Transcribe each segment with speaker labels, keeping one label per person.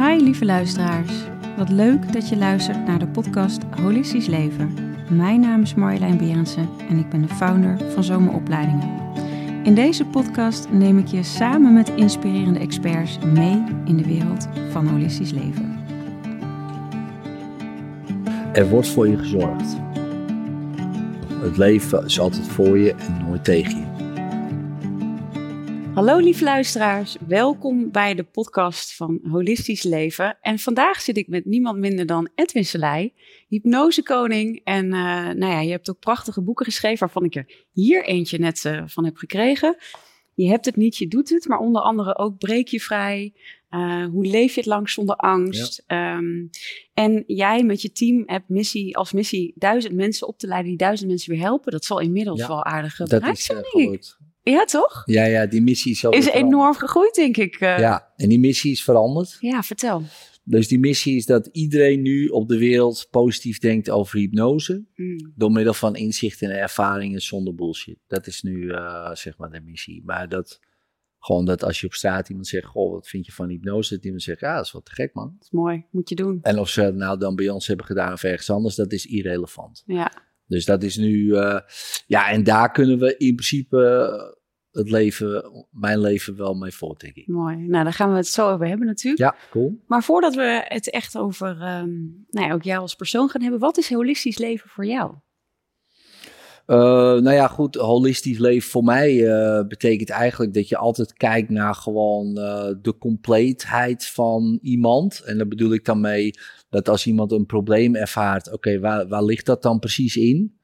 Speaker 1: Hi lieve luisteraars, wat leuk dat je luistert naar de podcast Holistisch Leven. Mijn naam is Marjolein Berendsen en ik ben de founder van Zomeropleidingen. In deze podcast neem ik je samen met inspirerende experts mee in de wereld van holistisch leven.
Speaker 2: Er wordt voor je gezorgd. Het leven is altijd voor je en nooit tegen je.
Speaker 1: Hallo lieve luisteraars, welkom bij de podcast van Holistisch Leven. En vandaag zit ik met niemand minder dan Edwin Selei, hypnosekoning. En je hebt ook prachtige boeken geschreven waarvan ik er hier eentje net van heb gekregen. Je hebt het niet, je doet het, maar onder andere ook Breek je vrij. Hoe leef je het lang zonder angst? Ja. En jij met je team hebt als missie 1000 mensen op te leiden die 1000 mensen weer helpen. Dat zal inmiddels wel aardig bereikt zijn, denk ik. Ja, toch?
Speaker 2: Ja, die missie
Speaker 1: is enorm gegroeid, denk ik.
Speaker 2: Ja, en die missie is veranderd.
Speaker 1: Ja, vertel.
Speaker 2: Dus die missie is dat iedereen nu op de wereld positief denkt over hypnose. Door middel van inzichten en ervaringen zonder bullshit. Dat is nu zeg maar de missie. Maar dat als je op straat iemand zegt, goh, wat vind je van hypnose? Dat iemand zegt, ja, dat is wat te gek, man.
Speaker 1: Dat is mooi, moet je doen.
Speaker 2: En of ze het nou dan bij ons hebben gedaan of ergens anders, dat is irrelevant.
Speaker 1: Ja.
Speaker 2: Dus dat is nu, en daar kunnen we in principe mijn leven wel mee voort, denk ik.
Speaker 1: Mooi. Nou, daar gaan we het zo over hebben natuurlijk.
Speaker 2: Ja, cool.
Speaker 1: Maar voordat we het echt over ook jou als persoon gaan hebben, wat is holistisch leven voor jou?
Speaker 2: Holistisch leven voor mij betekent eigenlijk dat je altijd kijkt naar gewoon de compleetheid van iemand. En daar bedoel ik dan mee dat als iemand een probleem ervaart, oké, waar ligt dat dan precies in?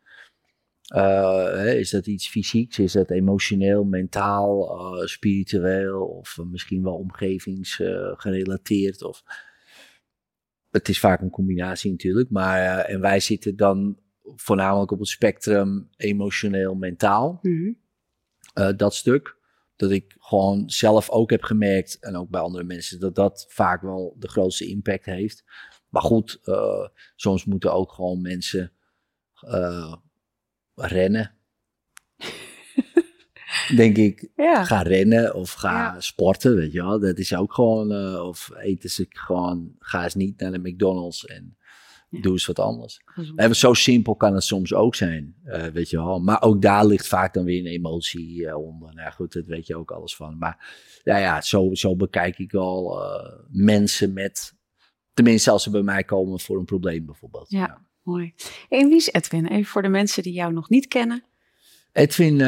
Speaker 2: Is dat iets fysieks? Is dat emotioneel, mentaal, spiritueel of misschien wel omgevingsgerelateerd? Het is vaak een combinatie natuurlijk, maar en wij zitten dan voornamelijk op het spectrum emotioneel, mentaal. Mm-hmm. Dat stuk. Dat ik gewoon zelf ook heb gemerkt, en ook bij andere mensen, dat vaak wel de grootste impact heeft. Maar goed, soms moeten ook gewoon mensen rennen. Denk ik, ga rennen of ga sporten, weet je wel. Dat is ook gewoon, of eten ze gewoon, ga eens niet naar de McDonald's en doe eens wat anders. En zo simpel kan het soms ook zijn, weet je wel. Maar ook daar ligt vaak dan weer een emotie onder. Nou goed, dat weet je ook alles van. Maar zo bekijk ik wel mensen met, tenminste als ze bij mij komen voor een probleem bijvoorbeeld.
Speaker 1: Ja. Mooi. En wie is Edwin? Even voor de mensen die jou nog niet kennen.
Speaker 2: Edwin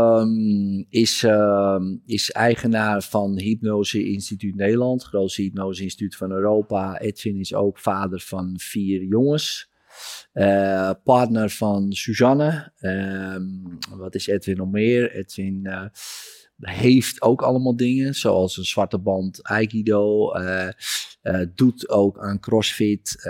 Speaker 2: is eigenaar van Hypnose Instituut Nederland, het grootste hypnose instituut van Europa. Edwin is ook vader van 4 jongens. Partner van Suzanne. Wat is Edwin nog meer? Edwin heeft ook allemaal dingen, zoals een zwarte band Aikido. Doet ook aan CrossFit.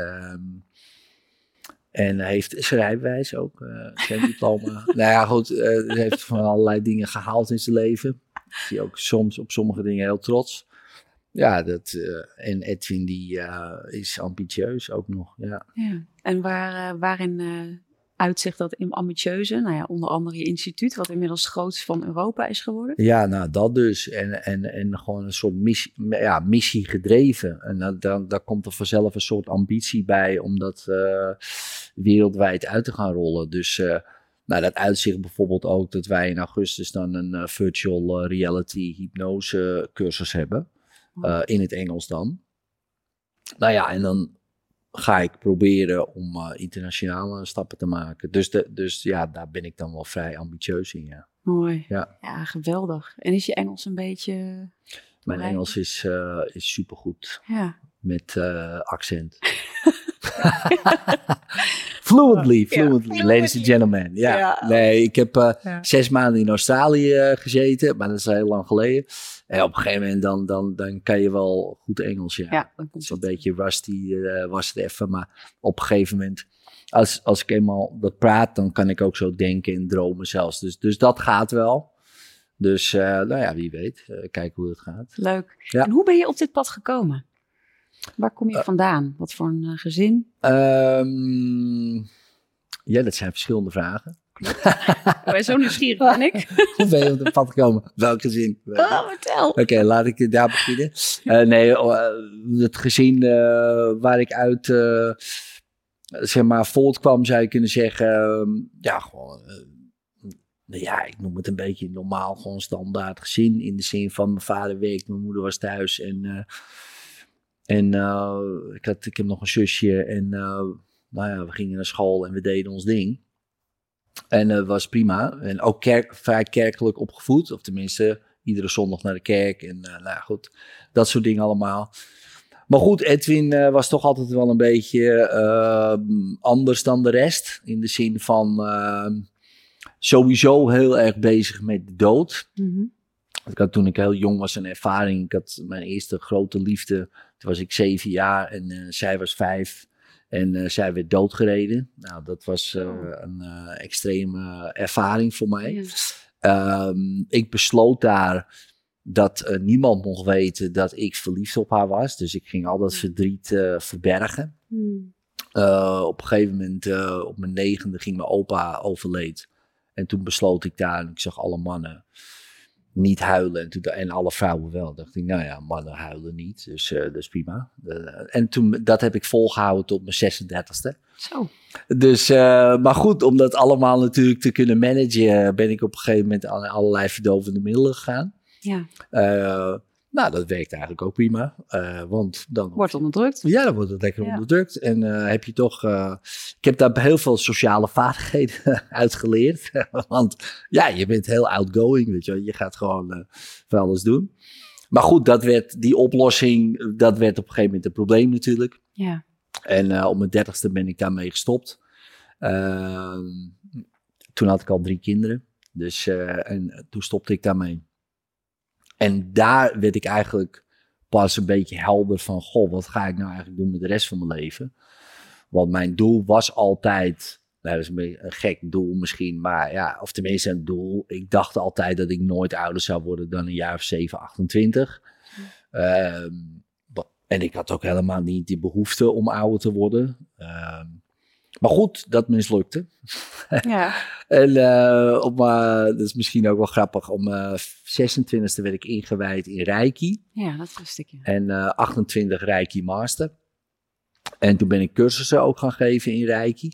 Speaker 2: En heeft zijn rijbewijs ook, zijn diploma. Heeft van allerlei dingen gehaald in zijn leven. Is hij ook soms op sommige dingen heel trots. Ja, en Edwin die is ambitieus ook nog. Ja.
Speaker 1: En waarin uitzicht dat ambitieuze? Onder andere je instituut, wat inmiddels het grootste van Europa is geworden.
Speaker 2: Ja, dat dus. En gewoon een soort missie gedreven. En dan komt er vanzelf een soort ambitie bij om dat wereldwijd uit te gaan rollen. Dus dat uitzicht bijvoorbeeld ook dat wij in augustus dan een virtual reality hypnose cursus hebben. In het Engels dan. En dan ga ik proberen om internationale stappen te maken. Dus daar ben ik dan wel vrij ambitieus in, ja.
Speaker 1: Mooi. Ja, geweldig. En is je Engels een beetje...
Speaker 2: Mijn Engels is supergoed.
Speaker 1: Ja.
Speaker 2: Met accent. Fluently, ladies and gentlemen. Ja. Nee, ik heb 6 maanden in Australië gezeten, maar dat is heel lang geleden. En op een gegeven moment dan kan je wel goed Engels, ja. Het is een beetje rusty, was het even. Maar op een gegeven moment, als ik eenmaal dat praat, dan kan ik ook zo denken en dromen zelfs. Dus dat gaat wel. Dus wie weet, kijken hoe het gaat.
Speaker 1: Leuk. Ja. En hoe ben je op dit pad gekomen? Waar kom je vandaan? Wat voor een gezin?
Speaker 2: Dat zijn verschillende vragen.
Speaker 1: klopt. Ik ben zo nieuwsgierig, ben ik.
Speaker 2: Hoe ben je op het pad gekomen? Welk gezin?
Speaker 1: Vertel.
Speaker 2: Oké, laat ik daar beginnen. Het gezin waar ik uit zeg maar voortkwam, zou je kunnen zeggen. Gewoon. Ik noem het een beetje normaal, gewoon standaard gezin. In de zin van mijn vader werkte, mijn moeder was thuis. Ik heb nog een zusje. En we gingen naar school en we deden ons ding. En dat was prima. En ook vrij kerkelijk opgevoed. Of tenminste, iedere zondag naar de kerk. En goed, dat soort dingen allemaal. Maar goed, Edwin was toch altijd wel een beetje anders dan de rest. In de zin van sowieso heel erg bezig met de dood.
Speaker 1: Mm-hmm.
Speaker 2: Ik had toen ik heel jong was een ervaring. Ik had mijn eerste grote liefde. Toen was ik 7 jaar en zij was 5. En zij werd doodgereden. Nou, dat was een extreme ervaring voor mij. Ja. Ik besloot daar dat niemand mocht weten dat ik verliefd op haar was. Dus ik ging al dat verdriet verbergen. Op een gegeven moment, op mijn 9e, ging mijn opa overleed. En toen besloot ik daar, en ik zag alle mannen niet huilen. En alle vrouwen wel. Dacht ik, mannen huilen niet. Dus dat is prima. En toen, dat heb ik volgehouden tot mijn 36e. Zo. Dus, maar goed, om dat allemaal natuurlijk te kunnen managen, ben ik op een gegeven moment aan allerlei verdovende middelen gegaan. Ja. Dat werkt eigenlijk ook prima. Want dan
Speaker 1: wordt onderdrukt.
Speaker 2: Ja, dan wordt het lekker onderdrukt. En heb je toch... ik heb daar heel veel sociale vaardigheden uitgeleerd. Want je bent heel outgoing, weet je. Je gaat gewoon van alles doen. Maar goed, die oplossing, dat werd op een gegeven moment een probleem natuurlijk. Ja. En op mijn 30ste ben ik daarmee gestopt. Toen had ik al 3 kinderen. Dus en toen stopte ik daarmee. En daar werd ik eigenlijk pas een beetje helder van, wat ga ik nou eigenlijk doen met de rest van mijn leven? Want mijn doel was altijd, dat is een gek doel misschien, maar of tenminste een doel. Ik dacht altijd dat ik nooit ouder zou worden dan een jaar of 7, 28. En ik had ook helemaal niet die behoefte om ouder te worden. Maar goed, dat mislukte. Ja. En dat is misschien ook wel grappig. Om 26e werd ik ingewijd in Reiki.
Speaker 1: Ja, dat wist ik.
Speaker 2: En 28 Reiki Master. En toen ben ik cursussen ook gaan geven in Reiki.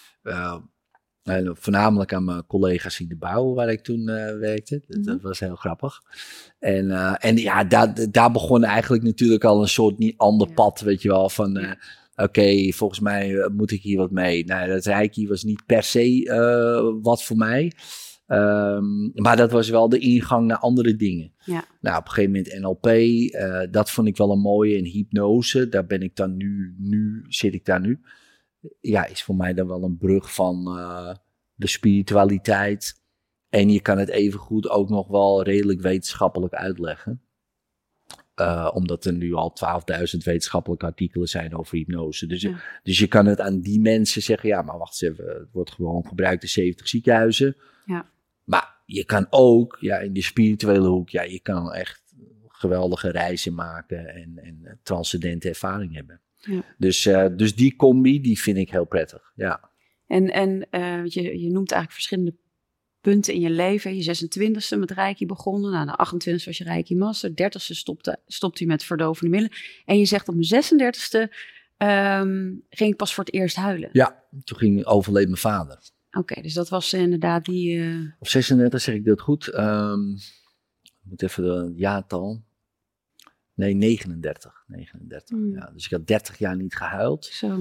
Speaker 2: En voornamelijk aan mijn collega's in de bouw waar ik toen werkte. Dat was heel grappig. En daar begon eigenlijk natuurlijk al een soort ander pad, weet je wel, van... Oké, volgens mij moet ik hier wat mee. Nou, dat Reiki was niet per se wat voor mij. Maar dat was wel de ingang naar andere dingen. Ja. Nou, op een gegeven moment NLP, dat vond ik wel een mooie. En hypnose, daar ben ik dan nu zit ik daar nu. Ja, is voor mij dan wel een brug van de spiritualiteit. En je kan het evengoed ook nog wel redelijk wetenschappelijk uitleggen. Omdat er nu al 12.000 wetenschappelijke artikelen zijn over hypnose. Dus je kan het aan die mensen zeggen, maar wacht eens even, het wordt gewoon gebruikt in 70 ziekenhuizen. Ja. Maar je kan ook, in die spirituele hoek, je kan echt geweldige reizen maken en transcendente ervaring hebben. Ja. Dus die combi, die vind ik heel prettig, ja.
Speaker 1: En je noemt eigenlijk verschillende punten in je leven. Je 26e met Reiki begonnen. Nou, de 28e was je Reiki Master. 30e stopte je met verdovende middelen. En je zegt op mijn 36e ging ik pas voor het eerst huilen.
Speaker 2: Ja, toen overleed mijn vader.
Speaker 1: Oké, dus dat was inderdaad die...
Speaker 2: Op 36 zeg ik dat goed. Ik moet even de jaartal. Nee, 39. Ja, dus ik had 30 jaar niet gehuild. Zo.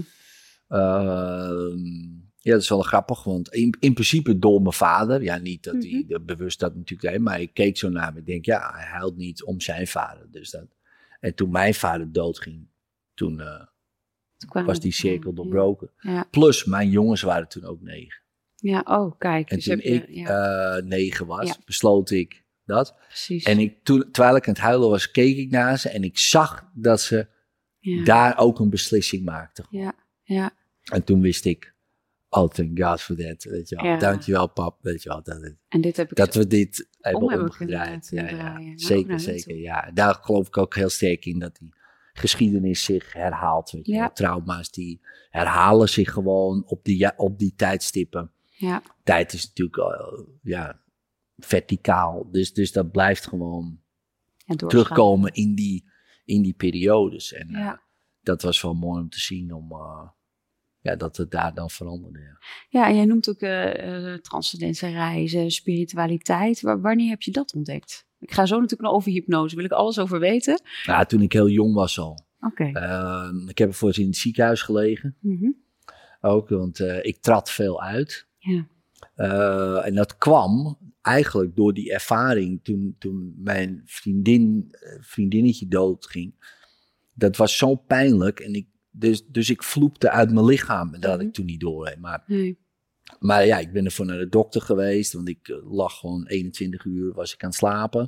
Speaker 2: Ja, dat is wel grappig, want in principe door mijn vader. Ja, niet dat hij bewust dat natuurlijk deed, maar ik keek zo naar hem. Ik denk, hij huilt niet om zijn vader. Dus dat. En toen mijn vader doodging, toen was die cirkel doorbroken. Ja. Plus, mijn jongens waren toen ook 9.
Speaker 1: Ja, kijk.
Speaker 2: En
Speaker 1: dus
Speaker 2: toen ik 9 was, besloot ik dat.
Speaker 1: Precies.
Speaker 2: En terwijl ik aan het huilen was, keek ik naar ze en ik zag dat ze daar ook een beslissing maakten.
Speaker 1: Ja.
Speaker 2: En toen wist ik, oh, thank God for that, weet je wel. Ja. Dankjewel, pap, weet je wel.
Speaker 1: En dit heb ik
Speaker 2: dat we dit hebben omgedraaid. Ja. Zeker. Ja. Daar geloof ik ook heel sterk in, dat die geschiedenis zich herhaalt. Weet je wel. Trauma's, die herhalen zich gewoon op die tijdstippen.
Speaker 1: Ja.
Speaker 2: Tijd is natuurlijk verticaal. Dus dat blijft gewoon terugkomen in die periodes. En dat was wel mooi om te zien dat het daar dan veranderde.
Speaker 1: Ja, en jij noemt ook transcendente reizen, spiritualiteit. Wanneer heb je dat ontdekt? Ik ga zo natuurlijk nog over hypnose. Wil ik alles over weten?
Speaker 2: Ja, toen ik heel jong was al.
Speaker 1: Oké.
Speaker 2: Ik heb ervoor in het ziekenhuis gelegen.
Speaker 1: Mm-hmm. ook,
Speaker 2: want ik trad veel uit.
Speaker 1: Ja.
Speaker 2: En dat kwam eigenlijk door die ervaring toen mijn vriendinnetje doodging. Dat was zo pijnlijk en dus ik vloepte uit mijn lichaam. En dat had ik toen niet door. Maar ja, ik ben ervoor naar de dokter geweest, want ik lag gewoon 21 uur, was ik aan het slapen.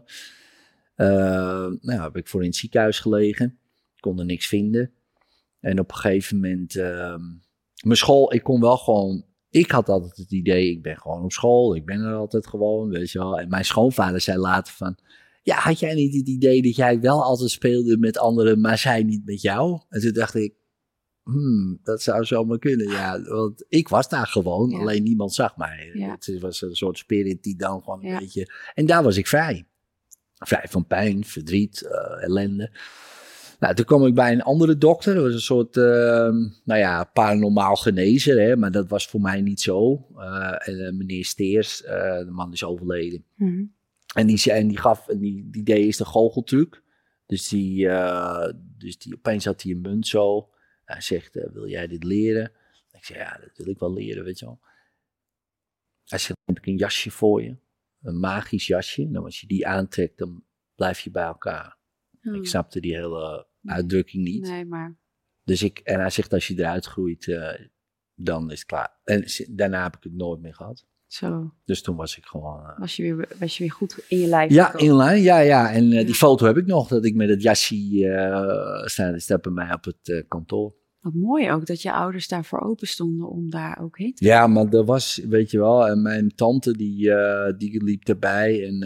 Speaker 2: Heb ik voor in het ziekenhuis gelegen. Ik kon er niks vinden. En op een gegeven moment, mijn school, ik kon wel gewoon, ik had altijd het idee, ik ben gewoon op school, ik ben er altijd gewoon, weet je wel. En mijn schoonvader zei later van, ja, had jij niet het idee dat jij wel altijd speelde met anderen, maar zij niet met jou? En toen dacht ik, dat zou zomaar kunnen, ja. Want ik was daar gewoon, alleen niemand zag mij. Ja. Het was een soort spirit die dan gewoon een beetje... En daar was ik vrij. Vrij van pijn, verdriet, ellende. Nou, toen kwam ik bij een andere dokter. Dat was een soort, paranormaal genezer, hè. Maar dat was voor mij niet zo. Meneer Steers, de man is overleden. Mm-hmm. En die deed eerst de goocheltruc. Dus die opeens had hij een munt zo... Hij zegt, wil jij dit leren? Ik zeg, ja, dat wil ik wel leren, weet je wel. Hij zegt, dan heb ik een jasje voor je. Een magisch jasje. En als je die aantrekt, dan blijf je bij elkaar. Ik snapte die hele uitdrukking niet.
Speaker 1: Nee, maar...
Speaker 2: En hij zegt, als je eruit groeit, dan is het klaar. En daarna heb ik het nooit meer gehad.
Speaker 1: Zo.
Speaker 2: Dus toen was ik gewoon...
Speaker 1: Was je weer goed in je lijf?
Speaker 2: Ja, in lijn, ja. En die foto heb ik nog, dat ik met het jasje sta bij mij op het kantoor.
Speaker 1: Wat mooi ook, dat je ouders daarvoor open stonden om daar ook heen te
Speaker 2: gaan. Ja, maar er was, weet je wel, en mijn tante die liep erbij en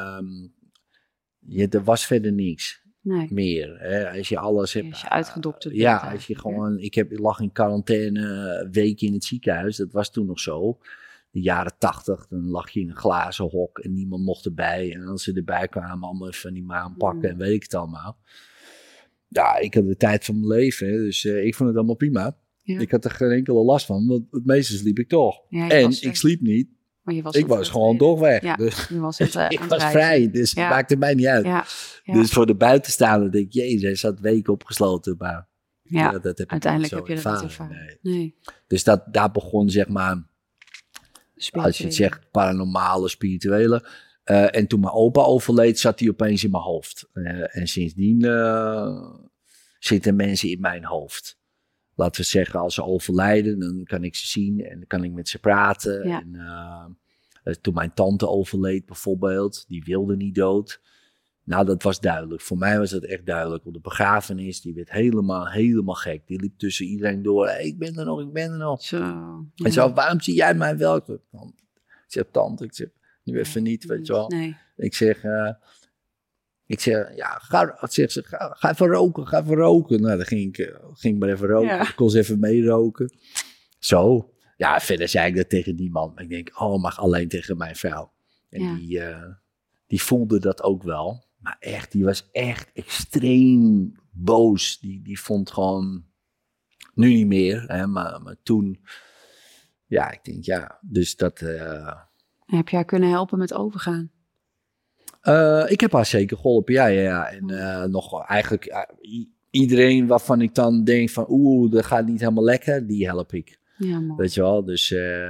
Speaker 2: er was verder niks meer. Hè. Als je alles hebt...
Speaker 1: Als je uitgedokterd bent.
Speaker 2: Ja, als je gewoon... Ik lag in quarantaine weken in het ziekenhuis, dat was toen nog zo. De jaren 80, dan lag je in een glazen hok en niemand mocht erbij. En als ze erbij kwamen, allemaal van die maan pakken en weet ik het allemaal. Ja, ik had de tijd van mijn leven, hè, dus ik vond het allemaal prima. Ja. Ik had er geen enkele last van, want het meeste sliep ik toch. Ja, en ik sliep niet.
Speaker 1: Maar
Speaker 2: ik was gewoon toch weg.
Speaker 1: Ja,
Speaker 2: dus
Speaker 1: je was het,
Speaker 2: ik was vrij, dus het maakte mij niet uit. Ja. Dus voor de buitenstaander denk ik, jezus, hij zat weken opgesloten. Maar dat heb
Speaker 1: uiteindelijk
Speaker 2: ik
Speaker 1: heb je dat niet ervaren. Nee.
Speaker 2: Dus daar begon, zeg maar... Als je het zegt, paranormale, spirituele. En toen mijn opa overleed, zat hij opeens in mijn hoofd. En sindsdien zitten mensen in mijn hoofd. Laten we zeggen, als ze overlijden, dan kan ik ze zien en dan kan ik met ze praten. Ja. En toen mijn tante overleed bijvoorbeeld, die wilde niet dood. Nou, dat was duidelijk. Voor mij was dat echt duidelijk. Op de begrafenis, die werd helemaal gek. Die liep tussen iedereen door. Hey, ik ben er nog.
Speaker 1: Zo.
Speaker 2: En zo, waarom zie jij mij wel? Ik zeg, tante, nu even niet, weet je wel.
Speaker 1: Nee.
Speaker 2: Ik zeg, ja, ga even roken. Nou, dan ging ik maar even roken. Ja. Ik kon ze even meeroken. Zo. Ja, verder zei ik dat tegen die man. Ik denk, mag alleen tegen mijn vrouw. En die voelde dat ook wel. Maar echt, die was echt extreem boos. Die vond gewoon, nu niet meer, hè, maar toen, ja, ik denk, ja, dus dat...
Speaker 1: Heb jij kunnen helpen met overgaan?
Speaker 2: Ik heb haar zeker geholpen, ja. En nog eigenlijk iedereen waarvan ik dan denk van, dat gaat niet helemaal lekker, die help ik.
Speaker 1: Ja, mooi.
Speaker 2: Weet je wel, dus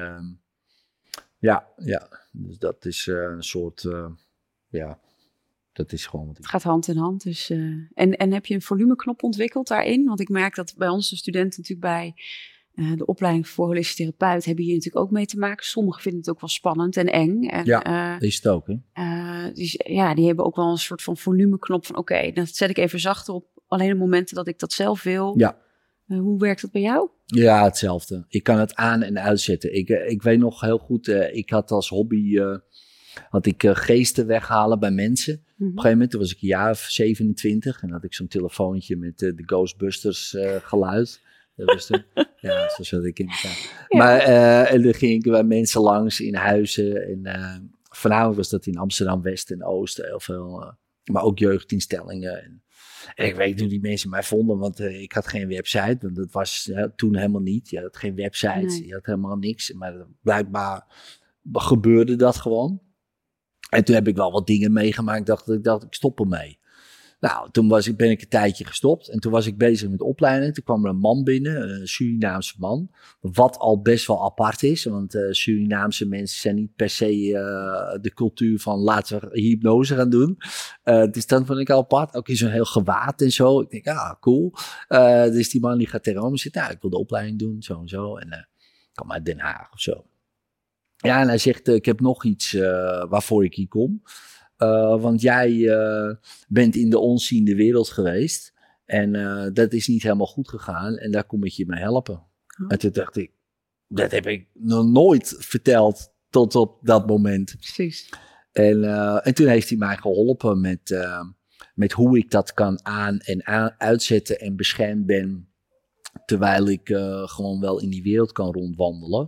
Speaker 2: ja. Dus dat is een soort, dat is gewoon wat ik...
Speaker 1: Het gaat hand in hand. Dus, en heb je een volumeknop ontwikkeld daarin? Want ik merk dat bij onze studenten natuurlijk bij de opleiding voor holistisch therapeut hebben hier natuurlijk ook mee te maken. Sommigen vinden het ook wel spannend en eng. En,
Speaker 2: dat is het ook, hè?
Speaker 1: Dus, die hebben ook wel een soort van volumeknop van oké, dan zet ik even zachter op. Alleen op momenten dat ik dat zelf wil. Ja. Hoe werkt dat bij jou?
Speaker 2: Ja, hetzelfde. Ik kan het aan- en uitzetten. Ik weet nog heel goed, ik had als hobby... had ik geesten weghalen bij mensen. Mm-hmm. Op een gegeven moment, toen was ik een jaar of 27... en had ik zo'n telefoontje met de Ghostbusters geluid. Dat was toen. Ja, zo zat ik in elkaar. Ja. Maar en dan ging ik bij mensen langs in huizen. En voornamelijk was dat in Amsterdam-West en Oost heel veel. Maar ook jeugdinstellingen. En ik weet hoe die mensen mij vonden, want ik had geen website. Want dat was toen helemaal niet. Je had geen website, je had helemaal niks. Maar blijkbaar gebeurde dat gewoon. En toen heb ik wel wat dingen meegemaakt. Ik dacht, ik stop ermee. Nou, toen ben ik een tijdje gestopt. En toen was ik bezig met opleiden. Toen kwam er een man binnen, een Surinaamse man. Wat al best wel apart is. Want Surinaamse mensen zijn niet per se de cultuur van laten we hypnose gaan doen. Dus dat vond ik al apart. Ook in zo'n heel gewaad en zo. Ik denk, cool. Dus die man die gaat tegenover me zitten. Ik wil de opleiding doen, zo en zo. En ik kom uit Den Haag of zo. Ja, en hij zegt, ik heb nog iets waarvoor ik hier kom. Want jij bent in de onziende wereld geweest. En dat is niet helemaal goed gegaan. En daar kom ik je mee helpen. Oh. En toen dacht ik, dat heb ik nog nooit verteld tot op dat moment.
Speaker 1: Precies.
Speaker 2: En toen heeft hij mij geholpen met hoe ik dat kan aan- en uitzetten en beschermd ben. Terwijl ik gewoon wel in die wereld kan rondwandelen.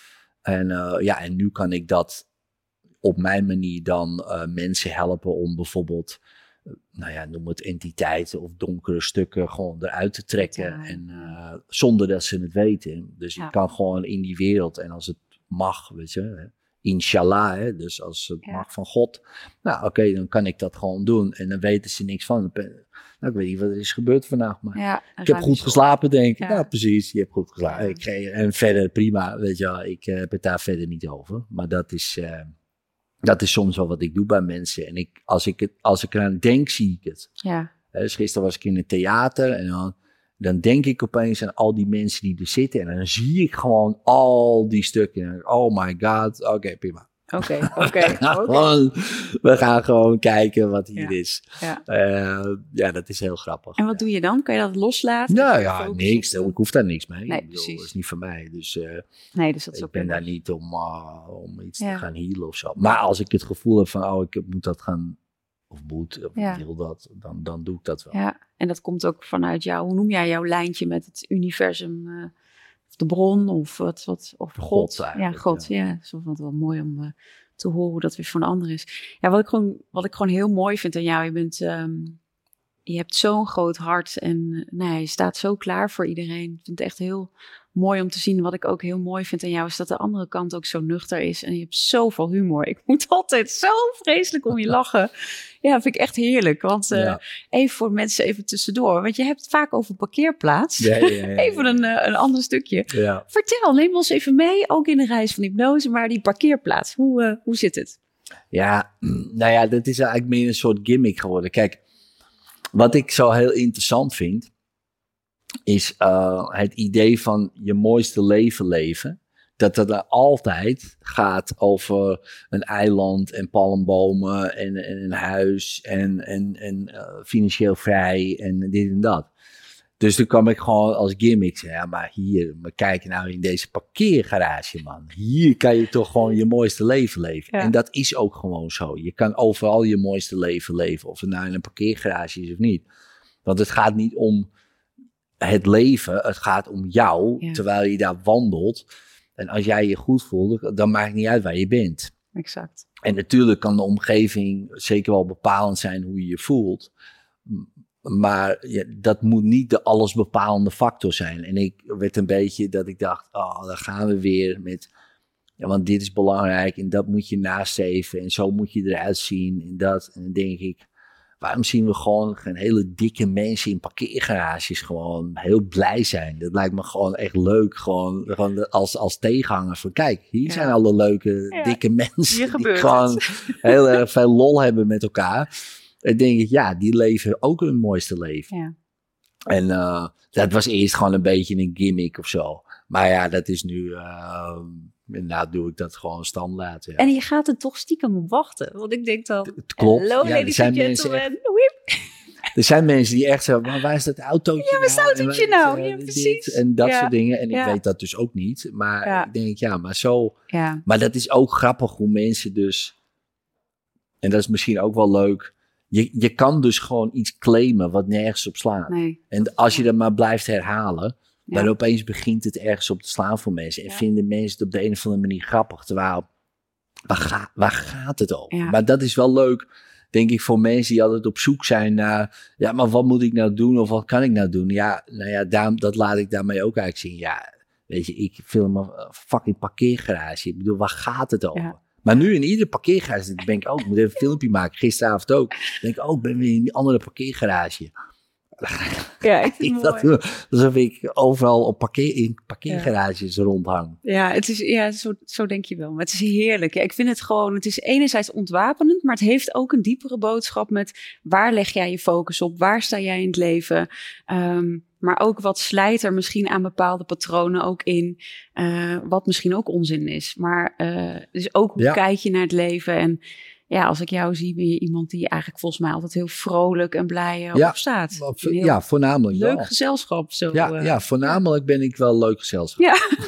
Speaker 2: En nu kan ik dat op mijn manier dan mensen helpen om bijvoorbeeld, noem het entiteiten of donkere stukken gewoon eruit te trekken. Ja. En zonder dat ze het weten. Dus ik kan gewoon in die wereld en als het mag, weet je, inshallah, hè, dus als het mag van God. Nou oké, dan kan ik dat gewoon doen en dan weten ze niks van. Ik weet niet wat er is gebeurd vandaag, maar ik heb goed geslapen, denk ik. Ja, precies, je hebt goed geslapen. Ja. En verder prima, weet je wel, ik heb het daar verder niet over. Maar dat is soms wel wat ik doe bij mensen. En als ik eraan denk, zie ik het. Ja. Dus gisteren was ik in het theater en dan denk ik opeens aan al die mensen die er zitten. En dan zie ik gewoon al die stukken. En dan denk ik, oh my god, oké, prima.
Speaker 1: Oké.
Speaker 2: We gaan gewoon kijken wat hier is. Ja, dat is heel grappig.
Speaker 1: En wat doe je dan? Kan je dat loslaten?
Speaker 2: Nou ja, niks. Ik hoef daar niks mee.
Speaker 1: Nee, precies.
Speaker 2: Dat is niet van mij. Dus,
Speaker 1: dus dat is
Speaker 2: ik ben daar niet om iets te gaan healen of zo. Maar als ik het gevoel heb van, ik moet dat gaan, of ik wil dat, dan doe ik dat wel.
Speaker 1: Ja, en dat komt ook vanuit jou. Hoe noem jij jouw lijntje met het universum? Of de bron of of God. Ja, God. Ja, dat is wel mooi om te horen hoe dat weer voor een ander is. Ja, wat ik gewoon heel mooi vind aan jou. Je hebt zo'n groot hart en je staat zo klaar voor iedereen. Ik vind het echt heel mooi om te zien. Wat ik ook heel mooi vind aan jou is dat de andere kant ook zo nuchter is. En je hebt zoveel humor. Ik moet altijd zo vreselijk om je lachen. Ja, dat vind ik echt heerlijk. Want even voor mensen even tussendoor. Want je hebt het vaak over parkeerplaats. Ja. Even een ander stukje. Ja. Vertel, neem ons even mee. Ook in de reis van hypnose. Maar die parkeerplaats, hoe zit het?
Speaker 2: Ja, dat is eigenlijk meer een soort gimmick geworden. Kijk, wat ik zo heel interessant vind, is het idee van je mooiste leven leven. Dat het er altijd gaat over een eiland en palmbomen en een huis en financieel vrij en dit en dat. Dus toen kwam ik gewoon als gimmick zeggen, maar kijk nou in deze parkeergarage, man. Hier kan je toch gewoon je mooiste leven leven. Ja. En dat is ook gewoon zo. Je kan overal je mooiste leven leven, of het nou in een parkeergarage is of niet. Want het gaat niet om het leven, het gaat om jou, terwijl je daar wandelt. En als jij je goed voelt, dan maakt het niet uit waar je bent.
Speaker 1: Exact.
Speaker 2: En natuurlijk kan de omgeving zeker wel bepalend zijn hoe je je voelt. Maar dat moet niet de allesbepalende factor zijn. En ik werd een beetje dat ik dacht, daar gaan we weer met, want dit is belangrijk en dat moet je nastreven en zo moet je eruit zien en dat. En dan denk ik, waarom zien we gewoon hele dikke mensen in parkeergarages gewoon heel blij zijn? Dat lijkt me gewoon echt leuk, gewoon als tegenhanger van kijk, hier zijn alle leuke dikke mensen die gewoon heel erg veel lol hebben met elkaar. Dan denk ik, die leven ook hun mooiste leven. Ja. En dat was eerst gewoon een beetje een gimmick of zo. Maar dat is nu, inderdaad doe ik dat gewoon standaard. Ja.
Speaker 1: En je gaat er toch stiekem op wachten. Want ik denk dan,
Speaker 2: het klopt.
Speaker 1: Hello, ladies and gentlemen.
Speaker 2: Er zijn mensen die echt zeggen, maar waar is dat autootje
Speaker 1: waar is dat autootje nou? Ja, precies.
Speaker 2: En dat soort dingen. En ik weet dat dus ook niet. Maar ik denk, maar zo. Ja. Maar dat is ook grappig hoe mensen dus, en dat is misschien ook wel leuk, je kan dus gewoon iets claimen wat nergens op slaat. Nee. En als je dat maar blijft herhalen, Maar opeens begint het ergens op te slaan voor mensen. En vinden mensen het op de een of andere manier grappig. Terwijl, waar gaat het over?
Speaker 1: Ja.
Speaker 2: Maar dat is wel leuk, denk ik, voor mensen die altijd op zoek zijn naar... Ja, maar wat moet ik nou doen? Of wat kan ik nou doen? Ja, nou ja, dat laat ik daarmee ook eigenlijk zien. Ja, weet je, ik film een fucking parkeergarage. Ik bedoel, waar gaat het over? Ja. Maar nu in iedere parkeergarage denk ik ook, ik moet even een filmpje maken. Gisteravond ook. Denk ik, ik ben weer in een andere parkeergarage.
Speaker 1: Ja, ik vind het mooi.
Speaker 2: Alsof ik overal op parkeergarages rondhang.
Speaker 1: Ja, het is, zo denk je wel. Maar het is heerlijk. Ja, ik vind het gewoon, het is enerzijds ontwapenend, maar het heeft ook een diepere boodschap met waar leg jij je focus op? Waar sta jij in het leven? Maar ook wat slijt er misschien aan bepaalde patronen ook in, wat misschien ook onzin is. Maar dus ook hoe kijk je naar het leven? En ja, als ik jou zie, ben je iemand die eigenlijk volgens mij altijd heel vrolijk en blij opstaat.
Speaker 2: Ja, voornamelijk
Speaker 1: leuk
Speaker 2: wel.
Speaker 1: Gezelschap. Zo,
Speaker 2: ja, voornamelijk ben ik wel leuk gezelschap.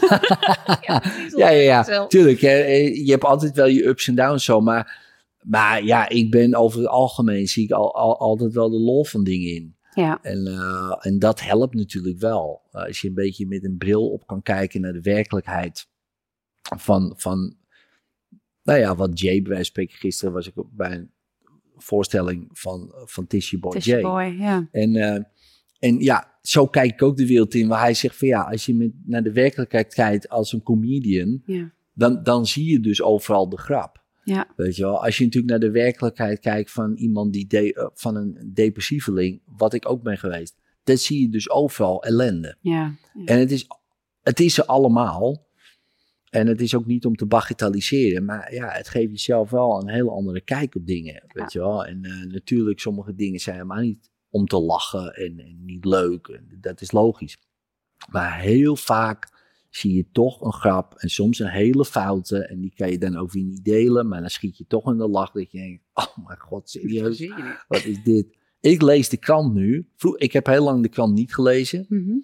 Speaker 1: Ja,
Speaker 2: tuurlijk. Je hebt altijd wel je ups en downs zo, maar ja, ik ben over het algemeen, zie ik altijd wel de lol van dingen in.
Speaker 1: Ja.
Speaker 2: En dat helpt natuurlijk wel. Als je een beetje met een bril op kan kijken naar de werkelijkheid van nou ja, wat Jay bij wijze van spreken. Gisteren was ik bij een voorstelling van Tishy Boy Jay.
Speaker 1: Boy, ja.
Speaker 2: En ja, zo kijk ik ook de wereld in. Waar hij zegt van ja, als je naar de werkelijkheid kijkt als een comedian, dan zie je dus overal de grap.
Speaker 1: Ja.
Speaker 2: Weet je wel, als je natuurlijk naar de werkelijkheid kijkt van iemand van een depressieveling, wat ik ook ben geweest, dan zie je dus overal ellende.
Speaker 1: Ja.
Speaker 2: En het is er allemaal. En het is ook niet om te bagatelliseren, maar ja, het geeft jezelf wel een hele andere kijk op dingen, weet je wel. En natuurlijk, sommige dingen zijn helemaal niet om te lachen en niet leuk, dat is logisch. Maar heel vaak zie je toch een grap en soms een hele foute en die kan je dan ook weer niet delen, maar dan schiet je toch in de lach dat je denkt, oh mijn god, serieus, wat is dit? Ik lees de krant nu. Ik heb heel lang de krant niet gelezen.
Speaker 1: Mm-hmm.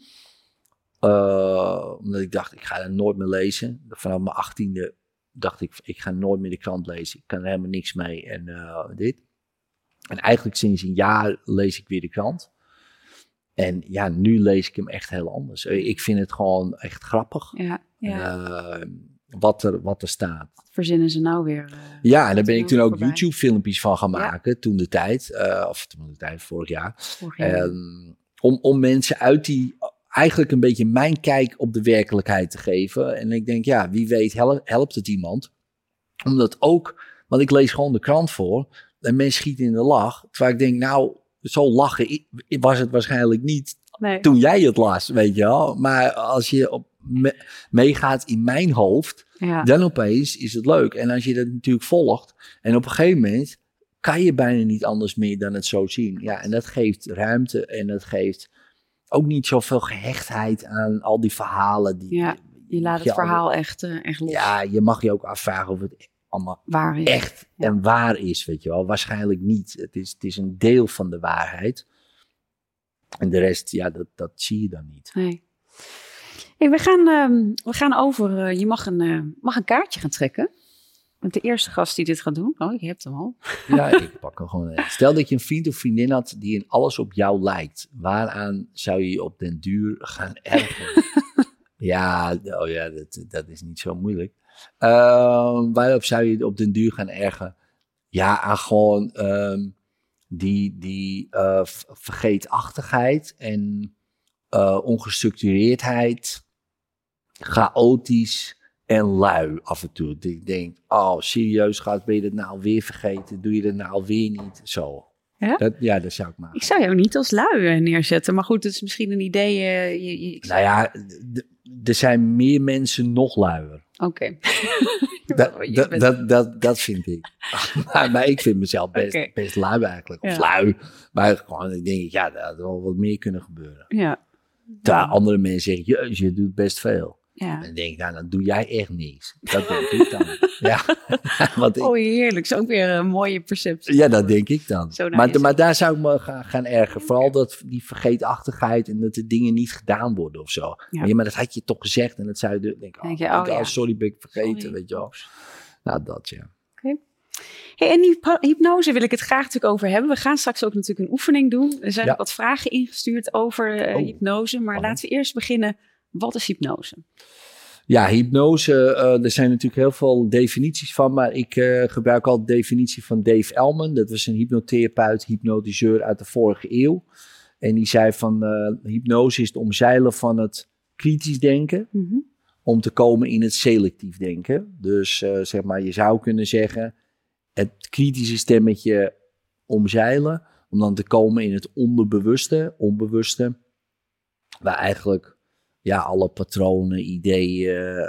Speaker 2: Omdat ik dacht, ik ga er nooit meer lezen. Vanaf mijn 18e dacht ik ga nooit meer de krant lezen. Ik kan er helemaal niks mee en dit. En eigenlijk sinds een jaar lees ik weer de krant. En ja, nu lees ik hem echt heel anders. Ik vind het gewoon echt grappig.
Speaker 1: Ja.
Speaker 2: Wat er staat.
Speaker 1: Wat verzinnen ze nou weer?
Speaker 2: Ja, en daar ben ik toen ook YouTube-filmpjes van gaan maken. Toen de tijd, vorig jaar. Om mensen uit die... eigenlijk een beetje mijn kijk op de werkelijkheid te geven. En ik denk, ja, wie weet helpt het iemand. Omdat ook, want ik lees gewoon de krant voor. En mensen schieten in de lach. Terwijl ik denk, nou, zo lachen was het waarschijnlijk niet toen jij het las, weet je wel. Maar als je meegaat in mijn hoofd, dan opeens is het leuk. En als je dat natuurlijk volgt. En op een gegeven moment kan je bijna niet anders meer dan het zo zien. Ja, en dat geeft ruimte en dat geeft ook niet zoveel gehechtheid aan al die verhalen.
Speaker 1: Je laat het verhaal echt los.
Speaker 2: Ja, je mag je ook afvragen of het allemaal
Speaker 1: waar is.
Speaker 2: Echt en waar is, weet je wel. Waarschijnlijk niet. Het is een deel van de waarheid. En de rest, ja, dat zie je dan niet.
Speaker 1: Nee. Hey, we gaan over, je mag een kaartje gaan trekken. Met de eerste gast die dit gaat doen. Oh, je hebt hem al.
Speaker 2: Ja, ik pak hem gewoon even. Stel dat je een vriend of vriendin had die in alles op jou lijkt. Waaraan zou je je op den duur gaan ergeren? Dat is niet zo moeilijk. Waarop zou je op den duur gaan ergeren? Ja, aan gewoon die vergeetachtigheid en ongestructureerdheid, chaotisch en lui af en toe. Ik denk, oh serieus, ben je dat nou alweer vergeten? Doe je dat nou alweer niet? Zo.
Speaker 1: Ja?
Speaker 2: Dat zou ik maken.
Speaker 1: Ik zou jou niet als lui neerzetten, maar goed, het is misschien een idee.
Speaker 2: Nou ja, er zijn meer mensen nog luier.
Speaker 1: Oké.
Speaker 2: Dat vind ik. maar ik vind mezelf best lui eigenlijk. Of lui. Maar gewoon, ik denk, ja, er had wel wat meer kunnen gebeuren.
Speaker 1: Ja.
Speaker 2: Terwijl andere mensen zeggen, jezus, je doet best veel.
Speaker 1: Ja.
Speaker 2: En dan denk ik, nou, dan doe jij echt niks. Dat denk ik dan. Ja.
Speaker 1: Oh, heerlijk. Dat is ook weer een mooie perceptie.
Speaker 2: Ja, dat denk ik dan. Maar daar zou ik me gaan ergeren. Vooral die vergeetachtigheid en dat de dingen niet gedaan worden of zo. Ja. Maar dat had je toch gezegd en dat zou je denken, sorry, ben ik vergeten, weet je wel. Nou, dat ja.
Speaker 1: Oké. Hey, en die hypnose wil ik het graag natuurlijk over hebben. We gaan straks ook natuurlijk een oefening doen. Er zijn ook wat vragen ingestuurd over hypnose. Maar laten we eerst beginnen. Wat is hypnose?
Speaker 2: Ja, hypnose, er zijn natuurlijk heel veel definities van, maar ik gebruik al de definitie van Dave Elman. Dat was een hypnotherapeut, hypnotiseur uit de vorige eeuw. En die zei van hypnose is het omzeilen van het kritisch denken om te komen in het selectief denken. Dus zeg maar, je zou kunnen zeggen het kritische stemmetje omzeilen om dan te komen in het onderbewuste, onbewuste, waar eigenlijk alle patronen, ideeën,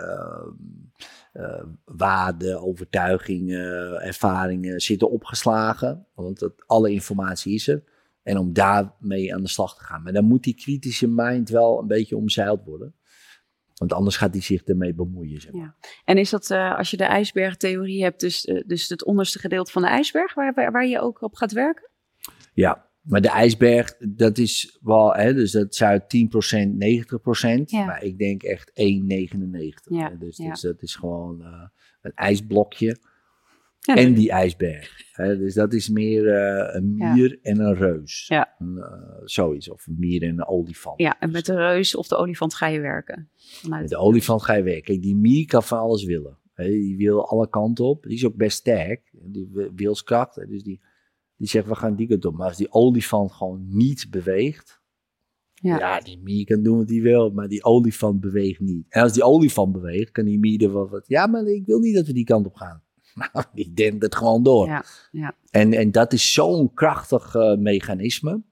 Speaker 2: waarden, overtuigingen, ervaringen zitten opgeslagen. Want alle informatie is er. En om daarmee aan de slag te gaan. Maar dan moet die kritische mind wel een beetje omzeild worden. Want anders gaat hij zich ermee bemoeien. Zeg maar.
Speaker 1: Ja. En is dat als je de ijsbergtheorie hebt, dus het onderste gedeelte van de ijsberg, waar je ook op gaat werken?
Speaker 2: Ja. Maar de ijsberg, dat is wel, dus dat zou 10%, 90%. Ja. Maar ik denk echt 1,99.
Speaker 1: Ja.
Speaker 2: Dus dat is gewoon een ijsblokje en die ijsberg. Dus dat is meer een mier en een reus. Ja. Zoiets, of een mier en een olifant.
Speaker 1: Ja, en met de reus of de olifant ga je werken?
Speaker 2: Met de olifant ga je werken. Kijk, die mier kan van alles willen. Die wil alle kanten op. Die is ook best sterk. Die wilskracht. Dus die zegt, we gaan die kant op. Maar als die olifant gewoon niet beweegt. Ja, die mier kan doen wat hij wil. Maar die olifant beweegt niet. En als die olifant beweegt, kan die mier er wel wat. Ja, maar ik wil niet dat we die kant op gaan. Nou, die denkt het gewoon door.
Speaker 1: Ja, ja.
Speaker 2: En dat is zo'n krachtig mechanisme.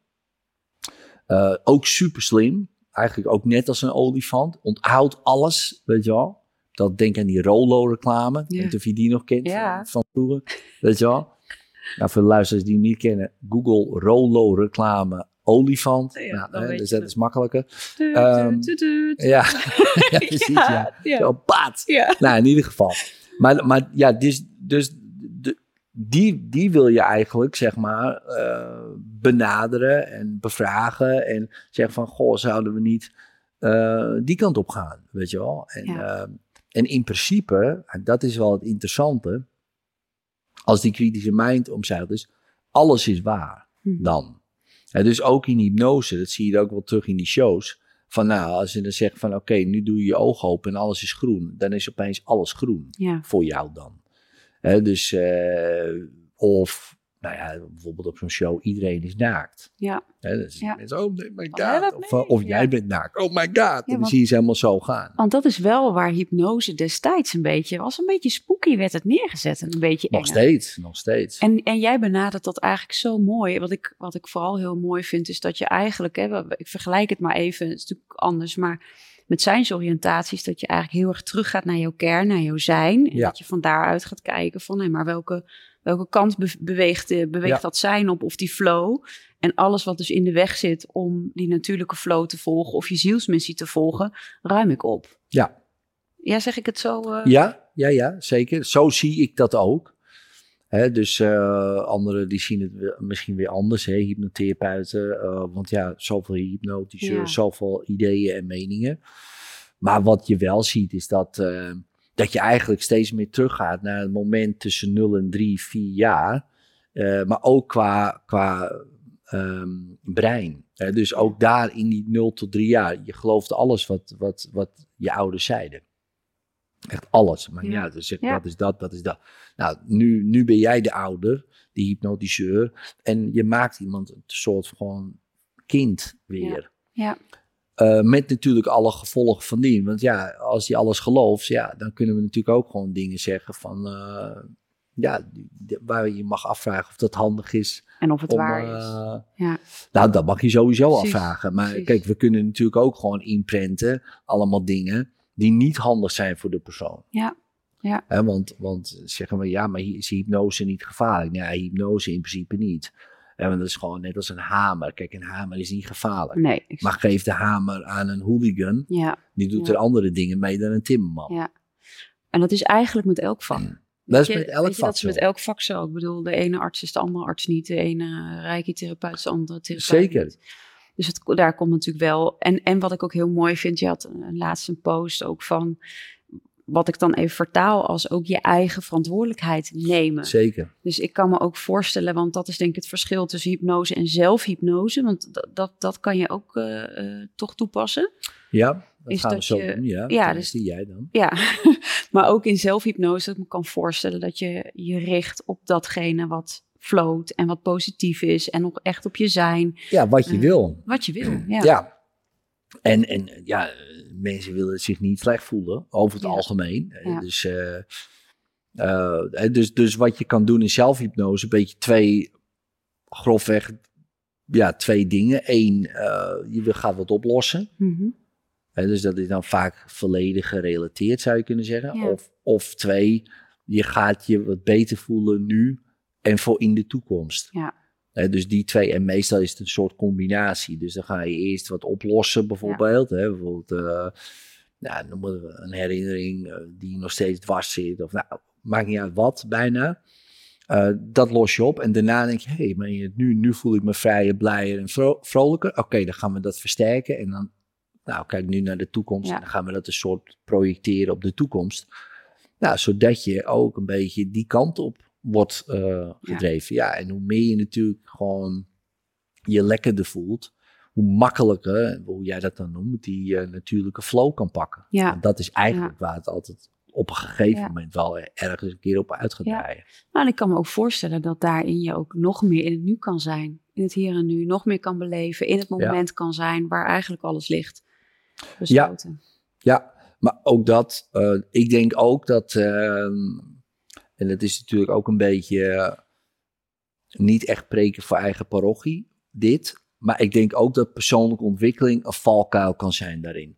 Speaker 2: Ook super slim. Eigenlijk ook net als een olifant. Onthoudt alles, weet je wel. Denk aan die Rollo-reclame. Ik weet niet of je die nog kent van vroeger. Weet je wel. Nou, voor de luisteraars die het niet kennen, Google Rollo-reclame olifant.
Speaker 1: Ja,
Speaker 2: dus dat is makkelijker.
Speaker 1: Ja,
Speaker 2: precies. Ja. Zo, paat.
Speaker 1: Ja.
Speaker 2: Nou, in ieder geval. Maar ja, dus die wil je eigenlijk, zeg maar, benaderen en bevragen. En zeggen van, goh, zouden we niet die kant op gaan, weet je wel. En in principe, dat is wel het interessante, als die kritische mind omzeild is, alles is waar dan. Dus ook in hypnose, dat zie je ook wel terug in die shows. Van nou, als je dan zegt van oké, nu doe je je ogen open en alles is groen. Dan is opeens alles groen voor jou dan. Dus, of nou ja, bijvoorbeeld op zo'n show, iedereen is naakt. Ja. Dus mensen, oh my god. Of jij bent naakt. Oh my god. En dan zie je ze helemaal zo gaan.
Speaker 1: Want dat is wel waar hypnose destijds een beetje spooky werd het neergezet. En een beetje eng.
Speaker 2: Nog steeds.
Speaker 1: En jij benadert dat eigenlijk zo mooi. Wat ik vooral heel mooi vind, is dat je eigenlijk, ik vergelijk het maar even, het is natuurlijk anders, maar met zijnsoriëntaties, dat je eigenlijk heel erg teruggaat naar jouw kern, naar jouw zijn. En dat je van daaruit gaat kijken van, maar welke kant beweegt dat zijn op, of die flow. En alles wat dus in de weg zit om die natuurlijke flow te volgen of je zielsmissie te volgen, ruim ik op.
Speaker 2: Ja.
Speaker 1: Ja, zeg ik het zo?
Speaker 2: Ja, zeker. Zo zie ik dat ook. Dus anderen die zien het misschien weer anders, hypnotherapeuten. Want ja, zoveel hypnotiseurs, zoveel ideeën en meningen. Maar wat je wel ziet is dat je eigenlijk steeds meer teruggaat naar het moment tussen 0 en 3, 4 jaar. Maar ook qua brein. Dus ook daar in die 0 tot 3 jaar. Je geloofde alles wat je ouders zeiden. Echt alles. Maar dus dat is dat. Nou, nu ben jij de ouder, die hypnotiseur. En je maakt iemand een soort gewoon kind weer.
Speaker 1: Ja.
Speaker 2: Met natuurlijk alle gevolgen van die. Want ja, als je alles gelooft, dan kunnen we natuurlijk ook gewoon dingen zeggen van, waar je mag afvragen of dat handig is.
Speaker 1: En of het waar is.
Speaker 2: Nou, dat mag je sowieso afvragen. Maar kijk, we kunnen natuurlijk ook gewoon inprenten, allemaal dingen die niet handig zijn voor de persoon. Ja. Want zeggen we, maar is hypnose niet gevaarlijk? Nee, hypnose in principe niet. Want dat is gewoon net als een hamer. Kijk, een hamer is niet gevaarlijk.
Speaker 1: Nee,
Speaker 2: maar geef de hamer aan een hooligan. Die doet er andere dingen mee dan een timmerman. Ja.
Speaker 1: En dat is eigenlijk met elk vak.
Speaker 2: Dat is met elk vak zo.
Speaker 1: Dat is met elk vak zo. Ik bedoel, de ene arts is de andere arts niet. De ene reiki-therapeut is de andere therapeut
Speaker 2: Zeker.
Speaker 1: Niet. Dus daar komt natuurlijk wel. En wat ik ook heel mooi vind, je had laatst een post ook van, wat ik dan even vertaal als ook je eigen verantwoordelijkheid nemen.
Speaker 2: Zeker.
Speaker 1: Dus ik kan me ook voorstellen, want dat is denk ik het verschil tussen hypnose en zelfhypnose. Want dat kan je ook toch toepassen.
Speaker 2: Ja, dat
Speaker 1: Is
Speaker 2: gaan we
Speaker 1: dat
Speaker 2: zo
Speaker 1: je-
Speaker 2: doen. Ja,
Speaker 1: ja,
Speaker 2: dus die jij dan.
Speaker 1: Ja, maar ook in zelfhypnose, dat ik me kan voorstellen dat je je richt op datgene wat float en wat positief is. En nog echt op je zijn,
Speaker 2: Ja, wat je wil.
Speaker 1: wat je wil. Ja.
Speaker 2: Ja. En ja, mensen willen zich niet slecht voelen, over het
Speaker 1: Ja.
Speaker 2: algemeen.
Speaker 1: Ja.
Speaker 2: Dus wat je kan doen in zelfhypnose, een beetje grofweg, twee dingen. Eén, je gaat wat oplossen.
Speaker 1: Mhm.
Speaker 2: Dus dat is dan vaak verleden gerelateerd, zou je kunnen zeggen.
Speaker 1: Ja.
Speaker 2: Of twee, je gaat je wat beter voelen nu en voor in de toekomst.
Speaker 1: Ja.
Speaker 2: Dus die twee, en meestal is het een soort combinatie. Dus dan ga je eerst wat oplossen bijvoorbeeld. Bijvoorbeeld, noem maar een herinnering die nog steeds dwars zit. Of maakt niet uit wat, bijna. Dat los je op en daarna denk je, maar nu voel ik me vrijer, blijer en vrolijker. Oké, dan gaan we dat versterken en dan kijk nu naar de toekomst.
Speaker 1: Ja.
Speaker 2: En dan gaan we dat een soort projecteren op de toekomst. Zodat je ook een beetje die kant op wordt gedreven. Ja, en hoe meer je natuurlijk gewoon je lekkerder voelt, hoe makkelijker, hoe jij dat dan noemt, die natuurlijke flow kan pakken.
Speaker 1: Ja.
Speaker 2: Want dat is eigenlijk waar het altijd op een gegeven moment wel ergens een keer op uit gaat draaien.
Speaker 1: Nou, en ik kan me ook voorstellen dat daarin je ook nog meer in het nu kan zijn. In het hier en nu, nog meer kan beleven, in het moment kan zijn waar eigenlijk alles ligt besloten.
Speaker 2: Ja, maar ook dat, ik denk ook dat, en dat is natuurlijk ook een beetje niet echt preken voor eigen parochie, dit. Maar ik denk ook dat persoonlijke ontwikkeling een valkuil kan zijn daarin.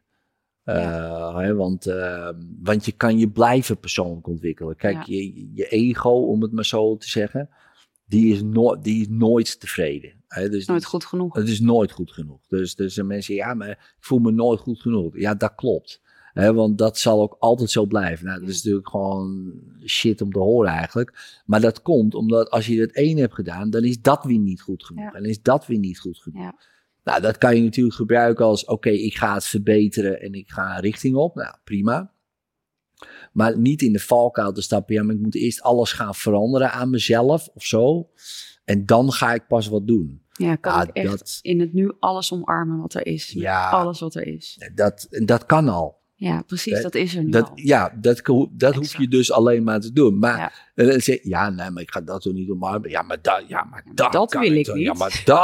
Speaker 2: Want je kan je blijven persoonlijk ontwikkelen. Kijk, je ego, om het maar zo te zeggen, die is nooit tevreden. Dus
Speaker 1: nooit goed genoeg.
Speaker 2: Het is nooit goed genoeg. Dus mensen, maar ik voel me nooit goed genoeg. Ja, dat klopt. Want dat zal ook altijd zo blijven. Dat is natuurlijk gewoon shit om te horen eigenlijk. Maar dat komt omdat als je het één hebt gedaan, dan is dat weer niet goed genoeg. En dan is dat weer niet goed genoeg.
Speaker 1: Ja.
Speaker 2: Nou, dat kan je natuurlijk gebruiken als, oké, ik ga het verbeteren en ik ga een richting op. Nou, prima. Maar niet in de valkuil te stappen. Ja, maar ik moet eerst alles gaan veranderen aan mezelf of zo. En dan ga ik pas wat doen.
Speaker 1: Ja, kan ik echt in het nu alles omarmen wat er is.
Speaker 2: Ja,
Speaker 1: alles wat er is.
Speaker 2: Dat kan al.
Speaker 1: Ja, precies, dat is er nu al.
Speaker 2: Ja, dat hoef je dus alleen maar te doen. Maar dan zeg je, maar ik ga dat toch niet omarmen. Ja, maar dat
Speaker 1: wil ik niet.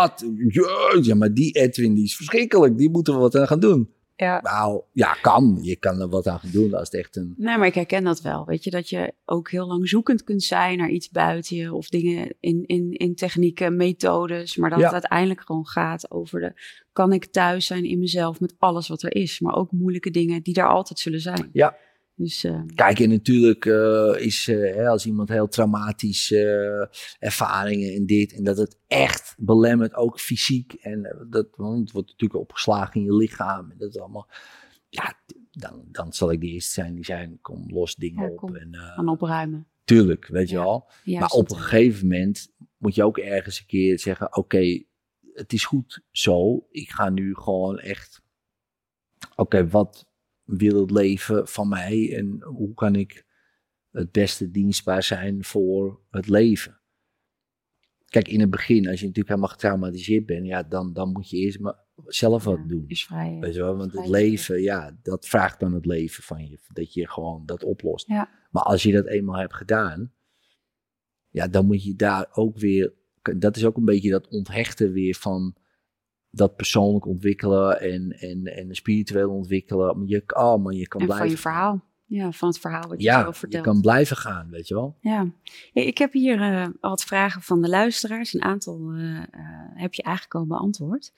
Speaker 2: Ja, maar die Edwin, die is verschrikkelijk. Die moeten we wat aan gaan doen.
Speaker 1: Ja.
Speaker 2: Nou, ja, kan. Je kan er wat aan gaan doen als het echt een...
Speaker 1: Nee, maar ik herken dat wel. Weet je, dat je ook heel lang zoekend kunt zijn naar iets buiten je. Of dingen in technieken, methodes. Maar dat het uiteindelijk gewoon gaat over kan ik thuis zijn in mezelf met alles wat er is. Maar ook moeilijke dingen die daar altijd zullen zijn.
Speaker 2: Ja.
Speaker 1: Dus,
Speaker 2: kijk, en natuurlijk is als iemand heel traumatische ervaringen en dit. En dat het echt belemmert, ook fysiek. En want het wordt natuurlijk opgeslagen in je lichaam. En dat is allemaal. Ja, dan zal ik de eerste zijn die zijn, kom los dingen op.
Speaker 1: En opruimen.
Speaker 2: Tuurlijk, weet je wel.
Speaker 1: Juist,
Speaker 2: maar op een gegeven moment moet je ook ergens een keer zeggen, oké, het is goed zo. Ik ga nu gewoon echt, wat wil het leven van mij en hoe kan ik het beste dienstbaar zijn voor het leven? Kijk, in het begin, als je natuurlijk helemaal getraumatiseerd bent, dan moet je eerst maar zelf wat doen.
Speaker 1: Is vrij,
Speaker 2: weet je wel? Want het leven, dat vraagt dan het leven van je, dat je gewoon dat oplost.
Speaker 1: Ja.
Speaker 2: Maar als je dat eenmaal hebt gedaan, dan moet je daar ook weer, dat is ook een beetje dat onthechten weer van dat persoonlijk ontwikkelen en spiritueel ontwikkelen. Je kan blijven.
Speaker 1: Van je verhaal. Ja, van het verhaal wat je zelf vertelt.
Speaker 2: Je kan blijven gaan, weet je wel.
Speaker 1: Ja, ik heb hier wat vragen van de luisteraars. Een aantal heb je eigenlijk al beantwoord.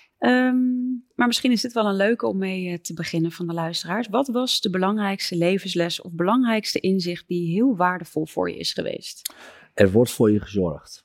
Speaker 1: Maar misschien is dit wel een leuke om mee te beginnen van de luisteraars. Wat was de belangrijkste levensles of belangrijkste inzicht die heel waardevol voor je is geweest?
Speaker 2: Er wordt voor je gezorgd.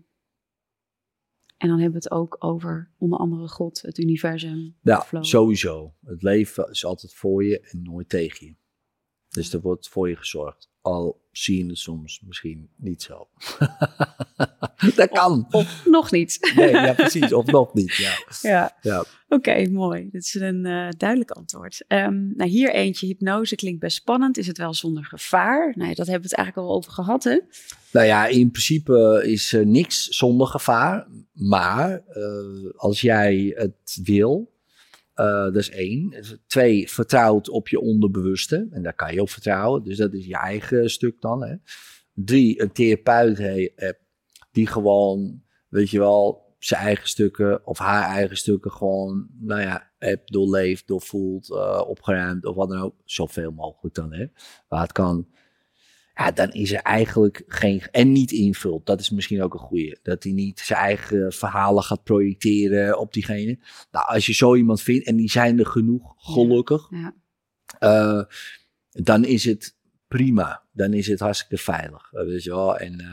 Speaker 1: En dan hebben we het ook over onder andere God, het universum.
Speaker 2: Ja, sowieso. Het leven is altijd voor je en nooit tegen je. Dus er wordt voor je gezorgd. Al zie je het soms misschien niet zo. Dat kan.
Speaker 1: Of nog niet.
Speaker 2: Nee, ja, precies. Of nog niet, ja.
Speaker 1: Oké, mooi. Dat is een duidelijk antwoord. Nou, hier eentje. Hypnose klinkt best spannend. Is het wel zonder gevaar? Nou, dat hebben we het eigenlijk al over gehad, hè?
Speaker 2: Nou ja, in principe is niks zonder gevaar. Maar als jij het wil, dat is 1. 2, vertrouwt op je onderbewuste. En daar kan je op vertrouwen. Dus dat is je eigen stuk dan. Hè. 3, een therapeut die gewoon, weet je wel, zijn eigen stukken of haar eigen stukken gewoon, nou ja, hebt doorleefd, doorvoeld, opgeruimd of wat dan ook. Zoveel mogelijk dan, hè. Waar het kan. Ja, dan is er eigenlijk geen. En niet invult. Dat is misschien ook een goeie. Dat hij niet zijn eigen verhalen gaat projecteren op diegene. Nou, als je zo iemand vindt, en die zijn er genoeg, gelukkig. Ja. Dan is het prima. Dan is het hartstikke veilig. Weet je wel. En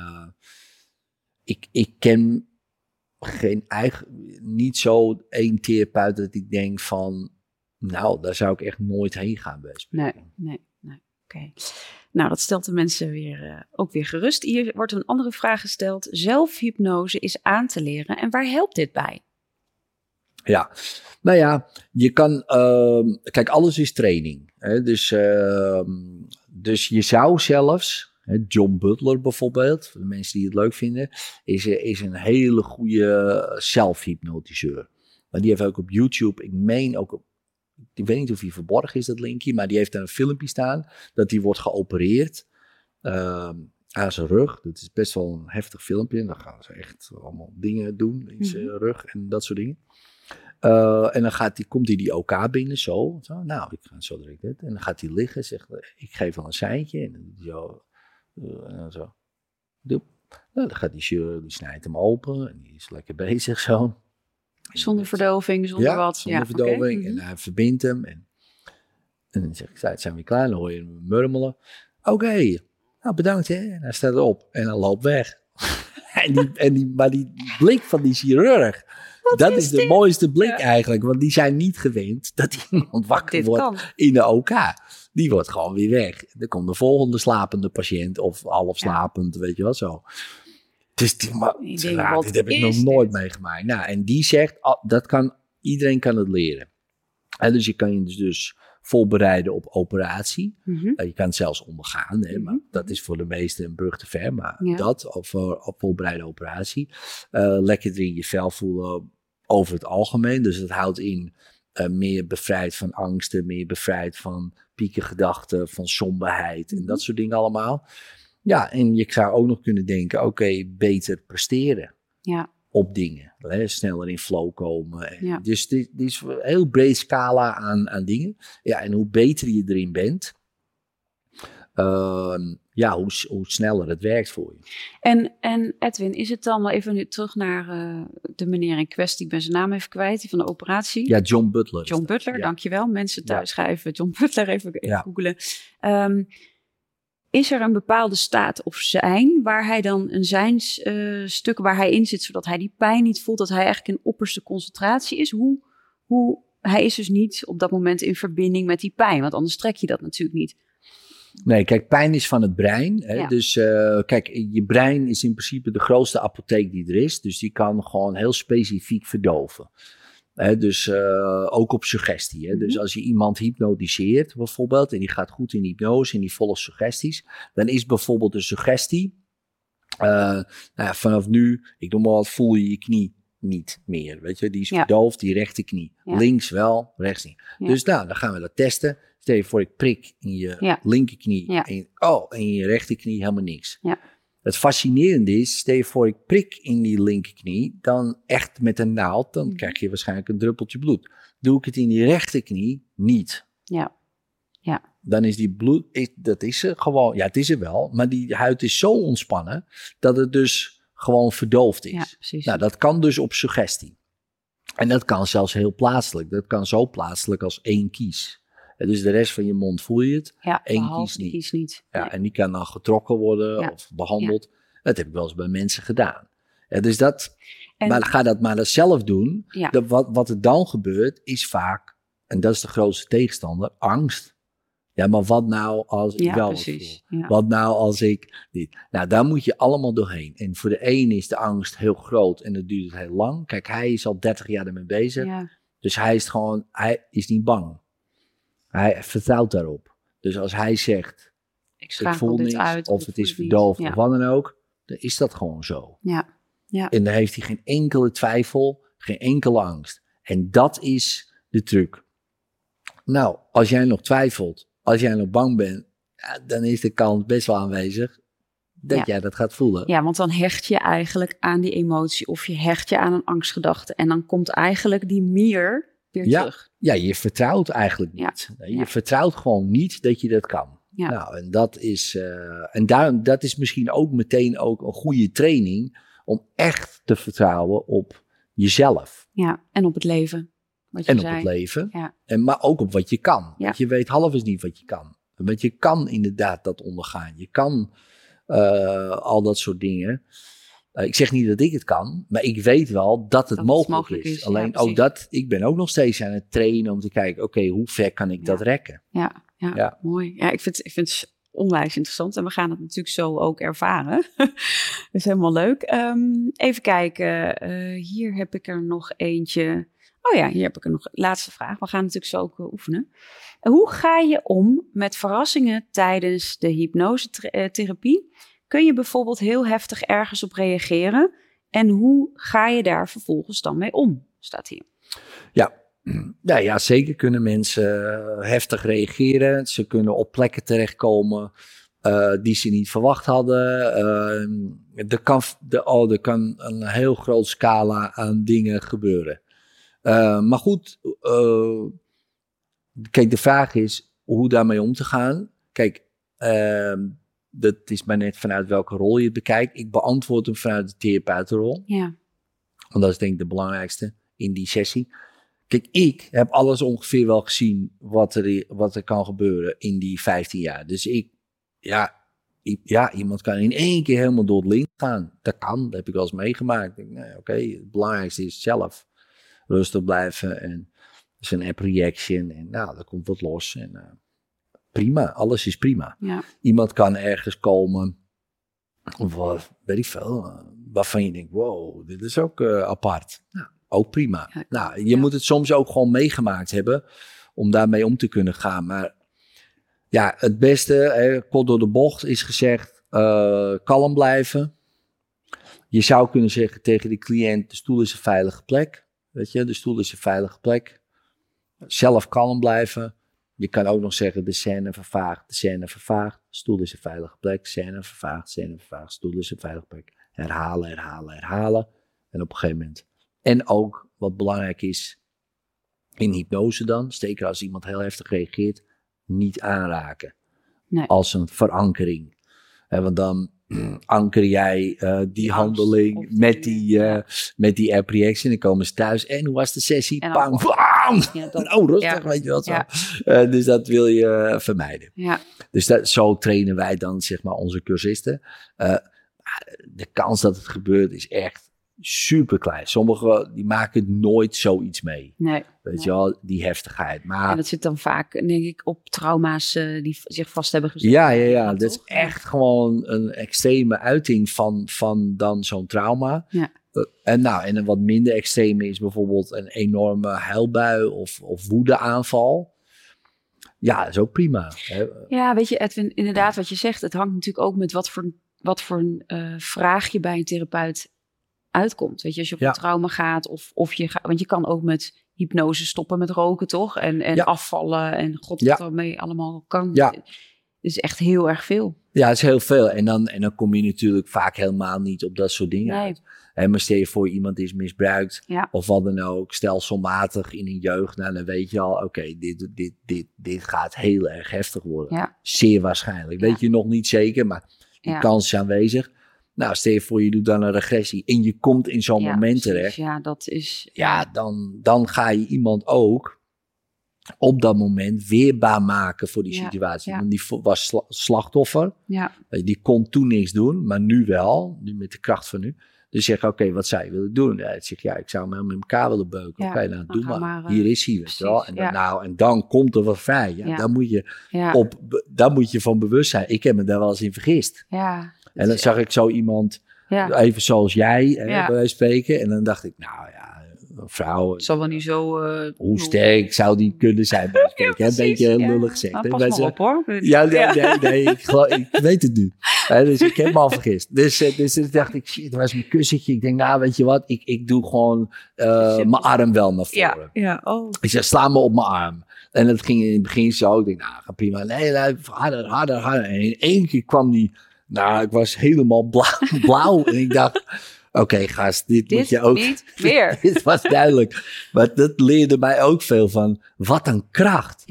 Speaker 2: ik ken niet zo één therapeut dat ik denk van. Nou, daar zou ik echt nooit heen gaan.
Speaker 1: Nee. Oké. Nou, dat stelt de mensen ook weer gerust. Hier wordt een andere vraag gesteld. Zelfhypnose is aan te leren. En waar helpt dit bij?
Speaker 2: Ja, nou ja, je kan... kijk, alles is training. Hè? Dus je zou zelfs... John Butler bijvoorbeeld, voor de mensen die het leuk vinden... is een hele goede zelfhypnotiseur. Maar die heeft ook op YouTube, ik meen ook op... Ik weet niet of hij verborgen is, dat linkje, maar die heeft daar een filmpje staan dat die wordt geopereerd aan zijn rug. Dat is best wel een heftig filmpje. En dan gaan ze echt allemaal dingen doen in zijn rug en dat soort dingen. En dan komt hij die OK binnen, zo. Nou, ik ga zo direct dit. En dan gaat hij liggen, zegt, ik geef wel een seintje. En dan doet hij zo. En dan zo. Nou, dan gaat die chirurg, die snijdt hem open en die is lekker bezig zo.
Speaker 1: Zonder verdoving, zonder wat.
Speaker 2: Zonder verdoving. Okay. En hij verbindt hem. En dan zeg ik, zijn we klaar? Dan hoor je hem murmelen. Oké, nou bedankt hè. En hij staat op en hij loopt weg. Maar die blik van die chirurg, dat is de mooiste blik eigenlijk. Want die zijn niet gewend dat iemand wakker wordt in de OK. Die wordt gewoon weer weg. Dan komt de volgende slapende patiënt of half slapend, weet je wel zo. Dus dit heb ik nog nooit meegemaakt. Nou, en die zegt, iedereen kan het leren. En dus je kan je dus voorbereiden op operatie. Je kan het zelfs ondergaan, hè, maar dat is voor de meesten een brug te ver. Maar dat, of voorbereide operatie. Lekker in je vel voelen over het algemeen. Dus dat houdt in meer bevrijd van angsten, meer bevrijd van piekengedachten, van somberheid en dat soort dingen allemaal. Ja, en je zou ook nog kunnen denken, oké, beter presteren op dingen. Hè, sneller in flow komen. Dus dit is een heel breed scala aan dingen. Ja, en hoe beter je erin bent, hoe sneller het werkt voor je.
Speaker 1: En Edwin, is het dan wel even nu terug naar de meneer in kwestie, ik ben zijn naam even kwijt, die van de operatie?
Speaker 2: Ja, John Butler.
Speaker 1: John Butler, dankjewel. Mensen thuis gaan even John Butler even googlen. Is er een bepaalde staat of zijn waar hij dan een stuk waar hij in zit, zodat hij die pijn niet voelt, dat hij eigenlijk in opperste concentratie is? Hij is dus niet op dat moment in verbinding met die pijn, want anders trek je dat natuurlijk niet.
Speaker 2: Nee, kijk, pijn is van het brein. Hè? Ja. Dus kijk, je brein is in principe de grootste apotheek die er is. Dus die kan gewoon heel specifiek verdoven. Dus ook op suggestie. Hè? Dus als je iemand hypnotiseert bijvoorbeeld, en die gaat goed in hypnose en die volgt suggesties, dan is bijvoorbeeld de suggestie, vanaf nu, ik noem maar wat, voel je je knie niet meer. Weet je, die is verdoofd, die rechterknie. Ja. Links wel, rechts niet. Ja. Dus nou, dan gaan we dat testen. Stel je voor, ik prik in je linkerknie en in je rechterknie helemaal niks. Ja. Het fascinerende is, stel je voor, ik prik in die linkerknie, dan echt met een naald, dan krijg je waarschijnlijk een druppeltje bloed. Doe ik het in die rechterknie niet. Ja. Dan is die bloed, dat is er gewoon, het is er wel, maar die huid is zo ontspannen, dat het dus gewoon verdoofd is. Ja, precies. Nou, dat kan dus op suggestie. En dat kan zelfs heel plaatselijk. Dat kan zo plaatselijk als 1 kies. Dus de rest van je mond voel je het. Ja, 1 kies niet. Ja, nee. En die kan dan getrokken worden of behandeld. Ja. Dat heb ik wel eens bij mensen gedaan. Dus maar ga dat maar zelf doen. Ja. Wat er dan gebeurt is vaak, en dat is de grootste tegenstander, angst. Ja, maar wat nou als ik wel wat voel? Ja. Wat nou als ik dit? Nou, daar moet je allemaal doorheen. En voor de een is de angst heel groot en dat duurt het heel lang. Kijk, hij is al 30 jaar ermee bezig. Ja. Dus hij is niet bang. Hij vertrouwt daarop. Dus als hij zegt, ik voel niks, uit, of het is verdoofd, of wat dan ook, dan is dat gewoon zo.
Speaker 1: Ja. Ja.
Speaker 2: En dan heeft hij geen enkele twijfel, geen enkele angst. En dat is de truc. Nou, als jij nog twijfelt, als jij nog bang bent, dan is de kans best wel aanwezig dat jij dat gaat voelen.
Speaker 1: Ja, want dan hecht je eigenlijk aan die emotie of je hecht je aan een angstgedachte. En dan komt eigenlijk die mier weer terug.
Speaker 2: Ja, je vertrouwt eigenlijk niet. Ja. Je vertrouwt gewoon niet dat je dat kan. Ja. Nou, en dat is, dat is misschien ook meteen ook een goede training om echt te vertrouwen op jezelf.
Speaker 1: Ja, en op het leven.
Speaker 2: Op het leven. Ja. Maar ook op wat je kan. Ja. Want je weet half eens niet wat je kan. Want je kan inderdaad dat ondergaan. Je kan al dat soort dingen. Ik zeg niet dat ik het kan, maar ik weet wel dat het mogelijk is. Alleen ook dat, ik ben ook nog steeds aan het trainen om te kijken, oké, hoe ver kan ik dat rekken?
Speaker 1: Ja, mooi. Ja, ik vind het onwijs interessant en we gaan het natuurlijk zo ook ervaren. Dat is helemaal leuk. Even kijken, hier heb ik er nog eentje. Oh ja, hier heb ik er nog laatste vraag. We gaan natuurlijk zo ook oefenen. Hoe ga je om met verrassingen tijdens de hypnosetherapie? Kun je bijvoorbeeld heel heftig ergens op reageren? En hoe ga je daar vervolgens dan mee om? Staat hier.
Speaker 2: Ja, zeker kunnen mensen heftig reageren. Ze kunnen op plekken terechtkomen die ze niet verwacht hadden. Er kan een heel groot scala aan dingen gebeuren. Maar goed, kijk, de vraag is hoe daarmee om te gaan. Kijk, dat is maar net vanuit welke rol je het bekijkt. Ik beantwoord hem vanuit de therapeutenrol. Ja. Want dat is denk ik de belangrijkste in die sessie. Kijk, ik heb alles ongeveer wel gezien wat er kan gebeuren in die 15 jaar. Dus iemand kan in één keer helemaal door het lint gaan. Dat kan, dat heb ik wel eens meegemaakt. Ik denk, oké, het belangrijkste is zelf rustig blijven en zijn app reaction en dan komt wat los en prima, alles is prima. Ja. Iemand kan ergens komen, of weet ik veel, waarvan je denkt, wow, dit is ook apart. Nou, ook prima. Ja, je moet het soms ook gewoon meegemaakt hebben om daarmee om te kunnen gaan. Maar ja, het beste, kort door de bocht, is gezegd, kalm blijven. Je zou kunnen zeggen tegen de cliënt, de stoel is een veilige plek. Weet je, de stoel is een veilige plek. Zelf kalm blijven. Je kan ook nog zeggen, de scène vervaagt, de scène vervaagt. De stoel is een veilige plek, scène vervaagt, stoel is een veilige plek. Herhalen. En op een gegeven moment. En ook, wat belangrijk is, in hypnose dan, zeker als iemand heel heftig reageert, niet aanraken. Nee. Als een verankering. Want dan anker jij die handeling met die app reaction. Dan komen ze thuis. En hoe was de sessie? En bang, bam! Ja, rustig, weet je wel zo. Ja. Dus dat wil je vermijden. Ja. Dus zo trainen wij dan, zeg maar, onze cursisten. De kans dat het gebeurt is echt super klein. Sommigen die maken nooit zoiets mee. Nee. Weet je wel, die heftigheid. Maar,
Speaker 1: en dat zit dan vaak, denk ik, op trauma's die zich vast hebben gezet.
Speaker 2: Ja. Dat is echt gewoon een extreme uiting van dan zo'n trauma. Ja. En een wat minder extreme is bijvoorbeeld een enorme huilbui of woedeaanval. Ja, dat is ook prima. Hè.
Speaker 1: Ja, weet je, Edwin, inderdaad wat je zegt. Het hangt natuurlijk ook met wat voor vraag je bij een therapeut uitkomt. Weet je, als je op een trauma gaat of je gaat, want je kan ook met hypnose stoppen met roken, toch? En afvallen en god wat ermee allemaal kan. Ja. Het is echt heel erg veel.
Speaker 2: Ja, het is heel veel. En dan kom je natuurlijk vaak helemaal niet op dat soort dingen uit. Maar stel je voor, iemand is misbruikt of wat dan ook, stelselmatig in een jeugd. Nou, dan weet je al, oké, dit gaat heel erg heftig worden. Ja. Zeer waarschijnlijk. Weet je nog niet zeker, maar die kans is aanwezig. Nou, stel je voor, je doet dan een regressie en je komt in zo'n moment terecht.
Speaker 1: Ja, dat is...
Speaker 2: Ja, dan ga je iemand ook op dat moment weerbaar maken voor die situatie. Want die was slachtoffer. Ja. Die kon toen niks doen, maar nu wel. Nu met de kracht van nu. Dus zeg, oké, wat zou je willen doen? Ja, ik zeg, ik zou hem helemaal met elkaar willen beuken.
Speaker 1: Ja,
Speaker 2: Oké, nou, doe maar. Hier is hij, weet je wel. En,
Speaker 1: ja.
Speaker 2: en dan komt er wat vrij. Ja, daar moet je van bewust zijn. Ik heb me daar wel eens in vergist.
Speaker 1: Ja,
Speaker 2: en dan zag ik zo iemand, even zoals jij, bij wijze van spreken. En dan dacht ik, nou ja, een vrouw.
Speaker 1: Het zal wel niet zo...
Speaker 2: hoe sterk zou die kunnen zijn? Een beetje heel lullig gezegd.
Speaker 1: Nou, pas maar op hoor.
Speaker 2: Nee, ik weet het nu. Dus ik heb me al vergist. Dus dacht ik, shit, dat was mijn kussentje. Ik denk, nou weet je wat, ik doe gewoon mijn arm wel naar voren. Ik zeg, sla me op mijn arm. En dat ging in het begin zo. Ik denk, nou, ga prima. Nee, harder. En in één keer kwam die... Nou, ik was helemaal blauw. En ik dacht... Oké, gast, dit moet je ook...
Speaker 1: niet meer.
Speaker 2: Dit was duidelijk. Maar dat leerde mij ook veel van... Wat een kracht.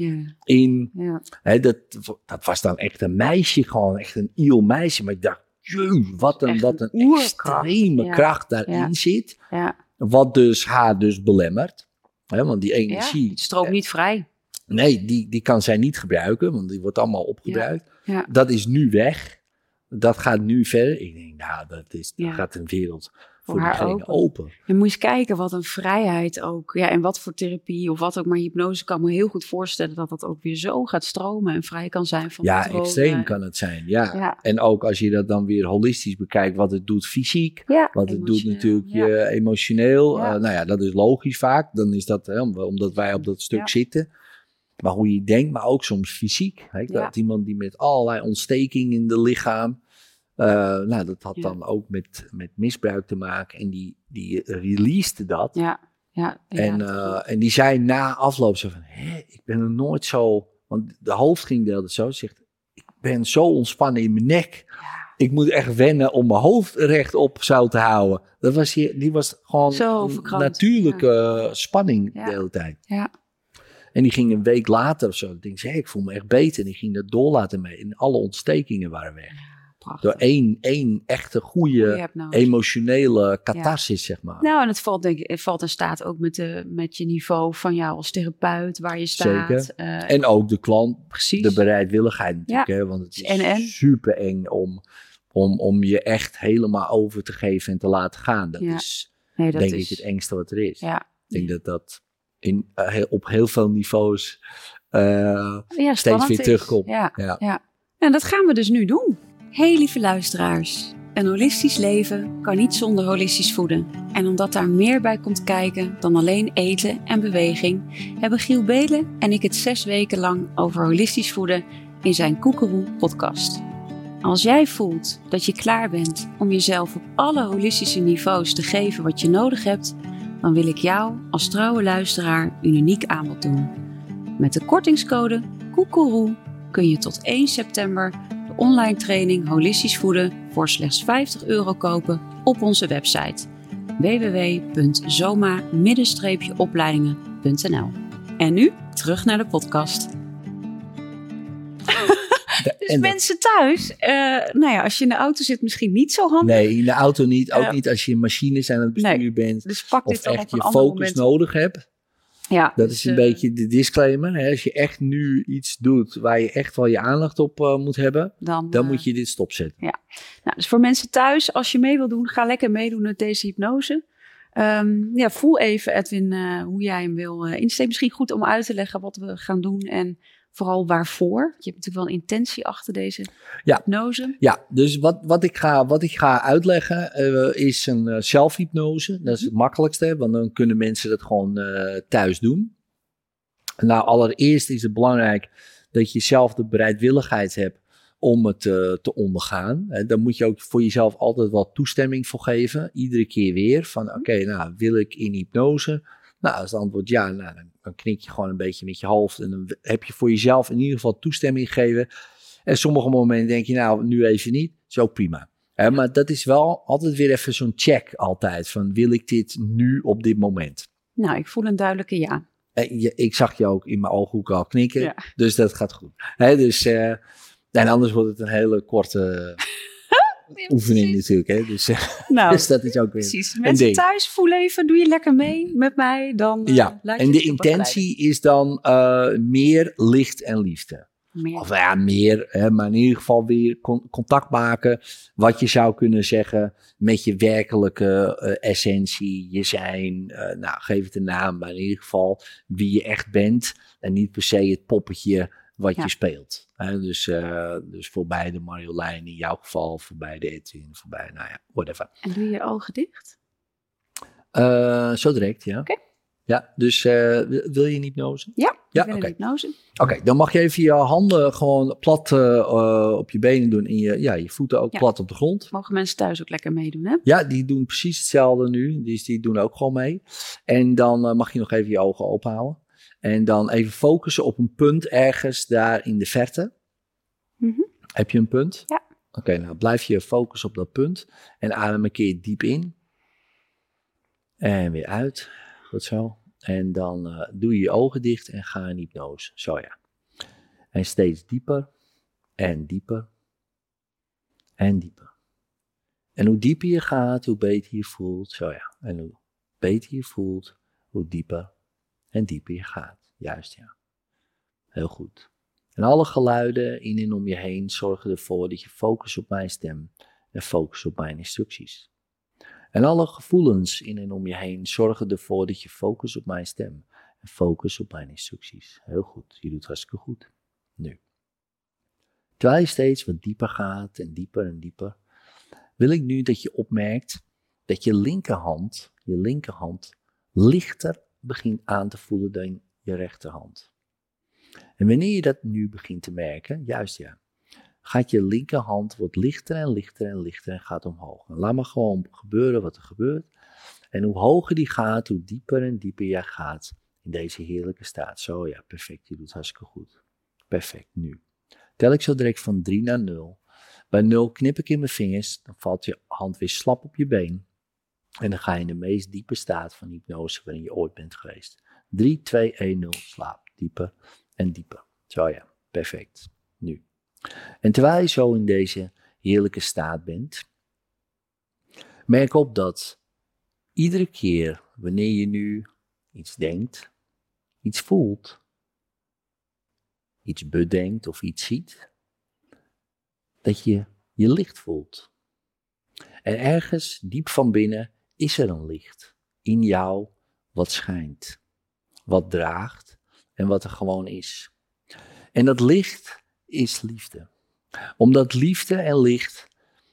Speaker 2: Dat was dan echt een meisje. Gewoon echt een iel meisje. Maar ik dacht... Wat een extreme kracht daarin zit. Ja. Wat dus haar belemmert. Want die energie...
Speaker 1: het stroomt niet vrij.
Speaker 2: Nee, die kan zij niet gebruiken. Want die wordt allemaal opgebruikt. Ja. Dat is nu weg. Dat gaat nu verder. Ik denk, nou, dat gaat een wereld voor diegene open.
Speaker 1: Je moet eens kijken wat een vrijheid ook. Ja, en wat voor therapie of wat ook. Maar hypnose kan me heel goed voorstellen dat dat ook weer zo gaat stromen en vrij kan zijn van patronen.
Speaker 2: Extreem kan het zijn. Ja. En ook als je dat dan weer holistisch bekijkt, wat het doet fysiek. Wat het doet natuurlijk je emotioneel. Dat is logisch vaak. Dan is dat omdat wij op dat stuk zitten. Maar hoe je denkt, maar ook soms fysiek. Dat iemand die met allerlei ontstekingen in de lichaam. Dat had dan ook met misbruik te maken. En die releasede dat. En die zei na afloop zo van... ik ben er nooit zo... Want de hoofd ging de hele tijd zo. Zegt, ik ben zo ontspannen in mijn nek. Ja. Ik moet echt wennen om mijn hoofd rechtop zo te houden. Die was gewoon een natuurlijke spanning de hele tijd. Ja. En die ging een week later of zo. Ik voel me echt beter. En die ging dat door laten mee. En alle ontstekingen waren weg. Ja, door één echte goede emotionele catharsis, zeg maar.
Speaker 1: Nou, en het valt in staat ook met je niveau van jou als therapeut, waar je staat.
Speaker 2: Zeker. En ook de klant, de bereidwilligheid natuurlijk. Hè, want het is super eng om je echt helemaal over te geven en te laten gaan. Dat is denk ik het engste wat er is. Ja. Ik denk dat op heel veel niveaus steeds weer terugkomt.
Speaker 1: Ja. En dat gaan we dus nu doen. Hey lieve luisteraars, een holistisch leven kan niet zonder holistisch voeden. En omdat daar meer bij komt kijken dan alleen eten en beweging, hebben Giel Beelen en ik het 6 weken lang over holistisch voeden in zijn Koekeroe podcast. Als jij voelt dat je klaar bent om jezelf op alle holistische niveaus te geven wat je nodig hebt, dan wil ik jou als trouwe luisteraar een uniek aanbod doen. Met de kortingscode Koekeroe kun je tot 1 september de online training Holistisch Voeden voor slechts €50 kopen op onze website www.zoma-opleidingen.nl. En nu terug naar de podcast. Dus mensen thuis, als je in de auto zit misschien niet zo handig.
Speaker 2: Nee, in de auto niet. Ook niet als je machines aan het bestuur bent.
Speaker 1: Dus pak dit
Speaker 2: of echt je focus nodig hebt. Ja, dat is een beetje de disclaimer. Hè? Als je echt nu iets doet waar je echt wel je aandacht op moet hebben, dan moet je dit stopzetten.
Speaker 1: Ja. Nou, dus voor mensen thuis, als je mee wil doen, ga lekker meedoen met deze hypnose. Voel even, Edwin, hoe jij hem wil insteken. Misschien goed om uit te leggen wat we gaan doen en vooral waarvoor. Je hebt natuurlijk wel een intentie achter deze hypnose.
Speaker 2: Ja, dus wat ik ga uitleggen is een zelfhypnose. Dat is het makkelijkste, want dan kunnen mensen dat gewoon thuis doen. Nou, allereerst is het belangrijk dat je zelf de bereidwilligheid hebt om het te ondergaan. Daar moet je ook voor jezelf altijd wel toestemming voor geven. Iedere keer weer van oké, wil ik in hypnose? Nou, als het antwoord ja, dan knik je gewoon een beetje met je hoofd. En dan heb je voor jezelf in ieder geval toestemming gegeven. En sommige momenten denk je, nou, nu even niet. Is ook prima. Maar dat is wel altijd weer even zo'n check altijd. Van, wil ik dit nu op dit moment?
Speaker 1: Nou, ik voel een duidelijke ja.
Speaker 2: Ik zag je ook in mijn ooghoek al knikken. Ja. Dus dat gaat goed. En anders wordt het een hele korte oefening natuurlijk. Hè? Dus dat is ook weer
Speaker 1: precies. Mensen thuis, voel even, doe je lekker mee met mij. Dan,
Speaker 2: en de intentie is dan meer licht en liefde.
Speaker 1: Meer.
Speaker 2: Of ja, meer, hè, maar in ieder geval weer contact maken. Wat je zou kunnen zeggen met je werkelijke essentie, je zijn. Nou, geef het een naam, maar in ieder geval wie je echt bent. En niet per se het poppetje wat je speelt. Hè, dus voorbij de Marjolein in jouw geval, voorbij de Edwin, voorbij, nou ja, whatever.
Speaker 1: En doe je je ogen dicht?
Speaker 2: Zo direct, ja.
Speaker 1: Oké.
Speaker 2: Ja, dus wil je een hypnose?
Speaker 1: Ja,
Speaker 2: Ja,
Speaker 1: ik wil een hypnose.
Speaker 2: Oké, dan mag je even je handen gewoon plat op je benen doen en je voeten ook plat op de grond.
Speaker 1: Mogen mensen thuis ook lekker meedoen, hè?
Speaker 2: Ja, die doen precies hetzelfde nu, dus die doen ook gewoon mee. En dan mag je nog even je ogen open houden. En dan even focussen op een punt ergens daar in de verte.
Speaker 1: Mhm.
Speaker 2: Heb je een punt?
Speaker 1: Ja.
Speaker 2: Oké, nou blijf je focussen op dat punt en adem een keer diep in. En weer uit, goed zo. En dan doe je je ogen dicht en ga in hypnose. Zo ja. En steeds dieper en dieper en dieper. En hoe dieper je gaat, hoe beter je voelt. Zo ja. En hoe beter je voelt, hoe dieper en dieper je gaat. Juist ja. Heel goed. En alle geluiden in en om je heen zorgen ervoor dat je focust op mijn stem en focust op mijn instructies. En alle gevoelens in en om je heen zorgen ervoor dat je focust op mijn stem en focust op mijn instructies. Heel goed, je doet hartstikke goed. Nu. Terwijl je steeds wat dieper gaat en dieper, wil ik nu dat je opmerkt dat je linkerhand lichter begint aan te voelen dan je rechterhand. En wanneer je dat nu begint te merken, juist ja, gaat je linkerhand wordt lichter en gaat omhoog. En laat maar gewoon gebeuren wat er gebeurt. En hoe hoger die gaat, hoe dieper en dieper jij gaat in deze heerlijke staat. Zo ja, perfect, je doet hartstikke goed. Perfect, nu. Tel ik zo direct van 3 naar 0. Bij 0 knip ik in mijn vingers, dan valt je hand weer slap op je been. En dan ga je in de meest diepe staat van hypnose waarin je ooit bent geweest. 3, 2, 1, 0, slaap. Dieper en dieper. Zo ja, perfect. Nu. En terwijl je zo in deze heerlijke staat bent, merk op dat iedere keer wanneer je nu iets denkt, iets voelt, iets bedenkt of iets ziet, dat je je licht voelt. En ergens diep van binnen is er een licht in jou wat schijnt, wat draagt en wat er gewoon is. En dat licht is liefde. Omdat liefde en licht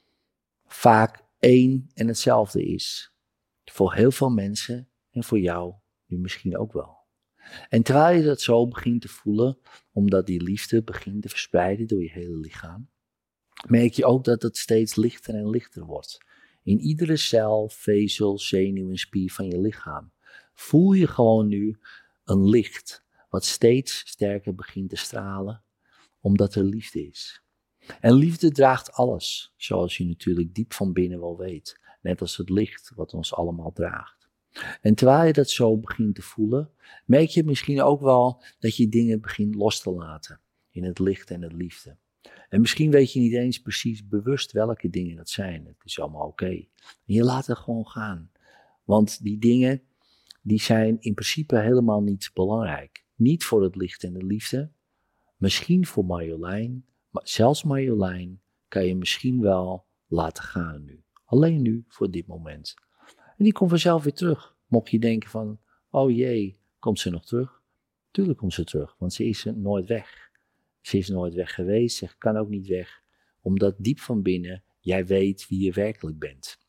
Speaker 2: vaak één en hetzelfde is. Voor heel veel mensen en voor jou nu misschien ook wel. En terwijl je dat zo begint te voelen, omdat die liefde begint te verspreiden door je hele lichaam, merk je ook dat het steeds lichter en lichter wordt. In iedere cel, vezel, zenuw en spier van je lichaam voel je gewoon nu een licht wat steeds sterker begint te stralen, omdat er liefde is. En liefde draagt alles, zoals je natuurlijk diep van binnen wel weet. Net als het licht wat ons allemaal draagt. En terwijl je dat zo begint te voelen, merk je misschien ook wel dat je dingen begint los te laten in het licht en het liefde. En misschien weet je niet eens precies bewust welke dingen dat zijn. Het is allemaal oké. En je laat het gewoon gaan. Want die dingen, die zijn in principe helemaal niet belangrijk. Niet voor het licht en de liefde. Misschien voor Marjolein. Maar zelfs Marjolein kan je misschien wel laten gaan nu. Alleen nu, voor dit moment. En die komt vanzelf weer terug. Mocht je denken van, oh jee, komt ze nog terug? Tuurlijk komt ze terug, want ze is nooit weg. Ze is nooit weg geweest, ze kan ook niet weg. Omdat diep van binnen jij weet wie je werkelijk bent.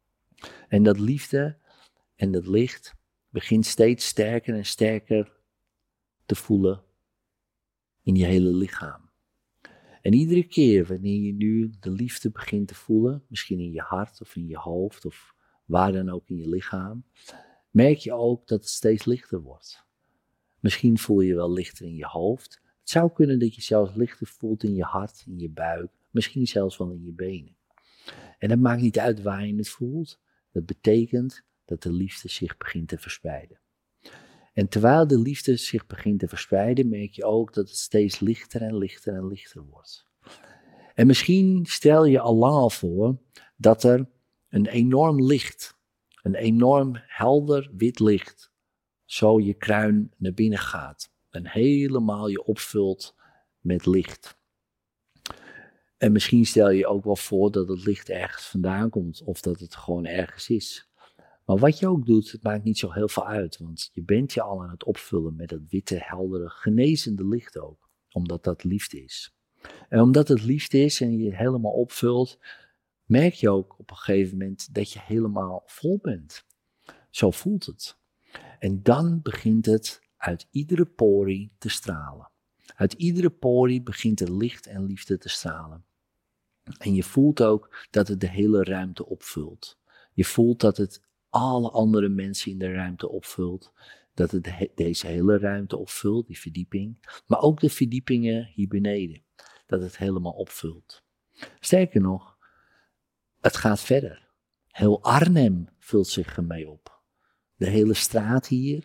Speaker 2: En dat liefde en dat licht begint steeds sterker en sterker te voelen in je hele lichaam. En iedere keer wanneer je nu de liefde begint te voelen, misschien in je hart of in je hoofd of waar dan ook in je lichaam, merk je ook dat het steeds lichter wordt. Misschien voel je wel lichter in je hoofd. Het zou kunnen dat je zelfs lichter voelt in je hart, in je buik, misschien zelfs wel in je benen. En dat maakt niet uit waar je het voelt. Dat betekent dat de liefde zich begint te verspreiden. En terwijl de liefde zich begint te verspreiden, merk je ook dat het steeds lichter en lichter en lichter wordt. En misschien stel je al lang al voor dat er een enorm licht, een enorm helder wit licht, zo je kruin naar binnen gaat. En helemaal je opvult met licht. En misschien stel je je ook wel voor dat het licht ergens vandaan komt of dat het gewoon ergens is. Maar wat je ook doet, het maakt niet zo heel veel uit, want je bent je al aan het opvullen met dat witte, heldere, genezende licht ook, omdat dat liefde is. En omdat het liefde is en je helemaal opvult, merk je ook op een gegeven moment dat je helemaal vol bent. Zo voelt het. En dan begint het uit iedere porie te stralen. Uit iedere porie begint er licht en liefde te stralen. En je voelt ook dat het de hele ruimte opvult. Je voelt dat het alle andere mensen in de ruimte opvult. Dat het deze hele ruimte opvult, die verdieping. Maar ook de verdiepingen hier beneden. Dat het helemaal opvult. Sterker nog, het gaat verder. Heel Arnhem vult zich ermee op. De hele straat hier.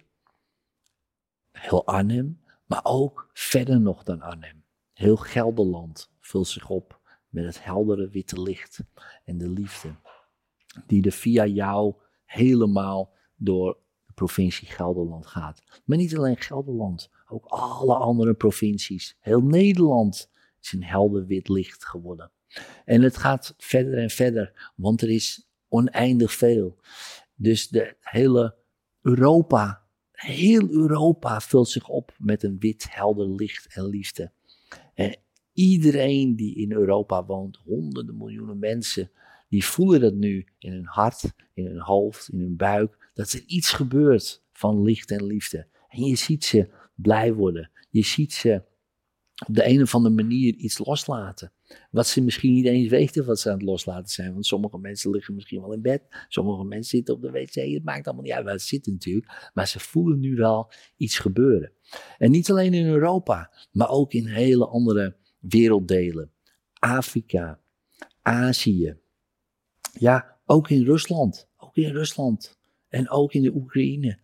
Speaker 2: Heel Arnhem. Maar ook verder nog dan Arnhem. Heel Gelderland vult zich op met het heldere witte licht en de liefde. Die er via jou helemaal door de provincie Gelderland gaat. Maar niet alleen Gelderland, ook alle andere provincies. Heel Nederland is een helder wit licht geworden. En het gaat verder en verder, want er is oneindig veel. Dus de hele Europa, heel Europa vult zich op met een wit helder licht en liefde. En iedereen die in Europa woont, honderden miljoenen mensen, die voelen dat nu in hun hart, in hun hoofd, in hun buik, dat er iets gebeurt van licht en liefde. En je ziet ze blij worden. Je ziet ze op de een of andere manier iets loslaten. Wat ze misschien niet eens weten wat ze aan het loslaten zijn. Want sommige mensen liggen misschien wel in bed. Sommige mensen zitten op de wc. Het maakt allemaal niet uit waar ze zitten natuurlijk. Maar ze voelen nu wel iets gebeuren. En niet alleen in Europa, maar ook in hele andere werelddelen. Afrika, Azië. Ja, ook in Rusland. Ook in Rusland. En ook in de Oekraïne.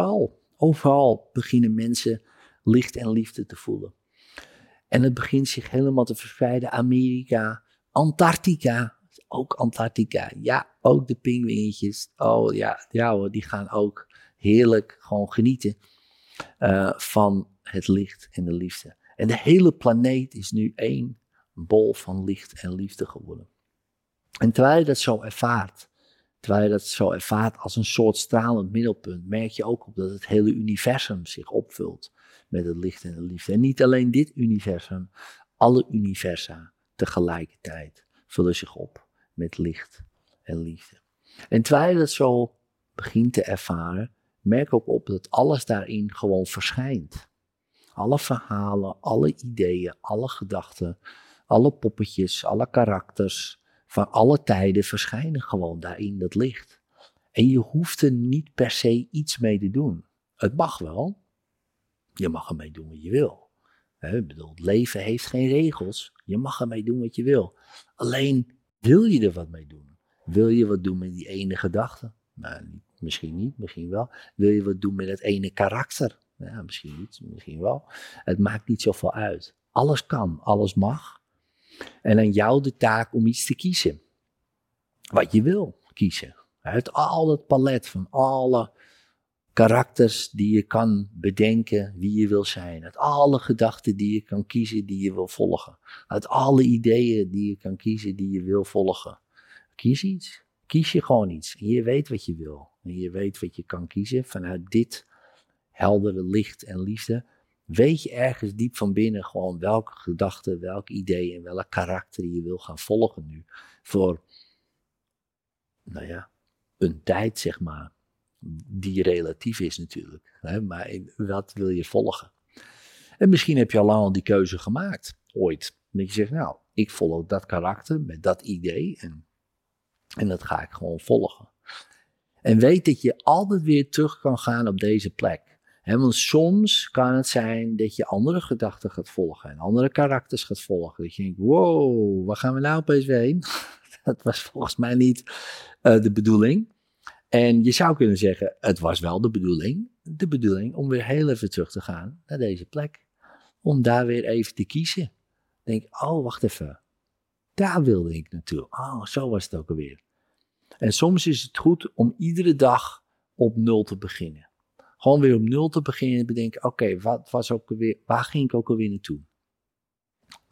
Speaker 2: Overal beginnen mensen licht en liefde te voelen. En het begint zich helemaal te verspreiden. Amerika, Antarctica. Ook Antarctica. Ja, ook de pinguïntjes. Oh ja hoor, die gaan ook heerlijk gewoon genieten van het licht en de liefde. En de hele planeet is nu één bol van licht en liefde geworden. En terwijl je dat zo ervaart als een soort stralend middelpunt, merk je ook op dat het hele universum zich opvult met het licht en de liefde. En niet alleen dit universum, alle universa tegelijkertijd vullen zich op met licht en liefde. En terwijl je dat zo begint te ervaren, merk ook op dat alles daarin gewoon verschijnt. Alle verhalen, alle ideeën, alle gedachten, alle poppetjes, alle karakters van alle tijden verschijnen gewoon daarin dat licht. En je hoeft er niet per se iets mee te doen. Het mag wel. Je mag ermee doen wat je wil. Ik bedoel, het leven heeft geen regels. Je mag ermee doen wat je wil. Alleen, wil je er wat mee doen? Wil je wat doen met die ene gedachte? Nou, misschien niet, misschien wel. Wil je wat doen met het ene karakter? Ja, misschien niet, misschien wel. Het maakt niet zoveel uit. Alles kan, alles mag. En aan jou de taak om iets te kiezen. Wat je wil kiezen. Uit al dat palet van alle karakters die je kan bedenken wie je wil zijn. Uit alle gedachten die je kan kiezen die je wil volgen. Uit alle ideeën die je kan kiezen die je wil volgen. Kies iets. Kies je gewoon iets. En je weet wat je wil. En je weet wat je kan kiezen vanuit dit heldere licht en liefde. Weet je ergens diep van binnen gewoon welke gedachten, welke ideeën en welk karakter je wil gaan volgen nu. Voor, een tijd zeg maar. Die relatief is natuurlijk. Hè? Maar wat wil je volgen? En misschien heb je al lang al die keuze gemaakt. Ooit. Dat je zegt, nou, ik volg dat karakter met dat idee. En dat ga ik gewoon volgen. En weet dat je altijd weer terug kan gaan op deze plek. Want soms kan het zijn dat je andere gedachten gaat volgen. En andere karakters gaat volgen. Dat je denkt, wow, waar gaan we nou opeens weer heen? Dat was volgens mij niet de bedoeling. En je zou kunnen zeggen, het was wel de bedoeling om weer heel even terug te gaan naar deze plek. Om daar weer even te kiezen. Denk, oh wacht even, daar wilde ik naartoe. Oh, zo was het ook alweer. En soms is het goed om iedere dag op 0 te beginnen. Gewoon weer op 0 te beginnen en bedenken, oké, wat was ook alweer, waar ging ik ook alweer naartoe?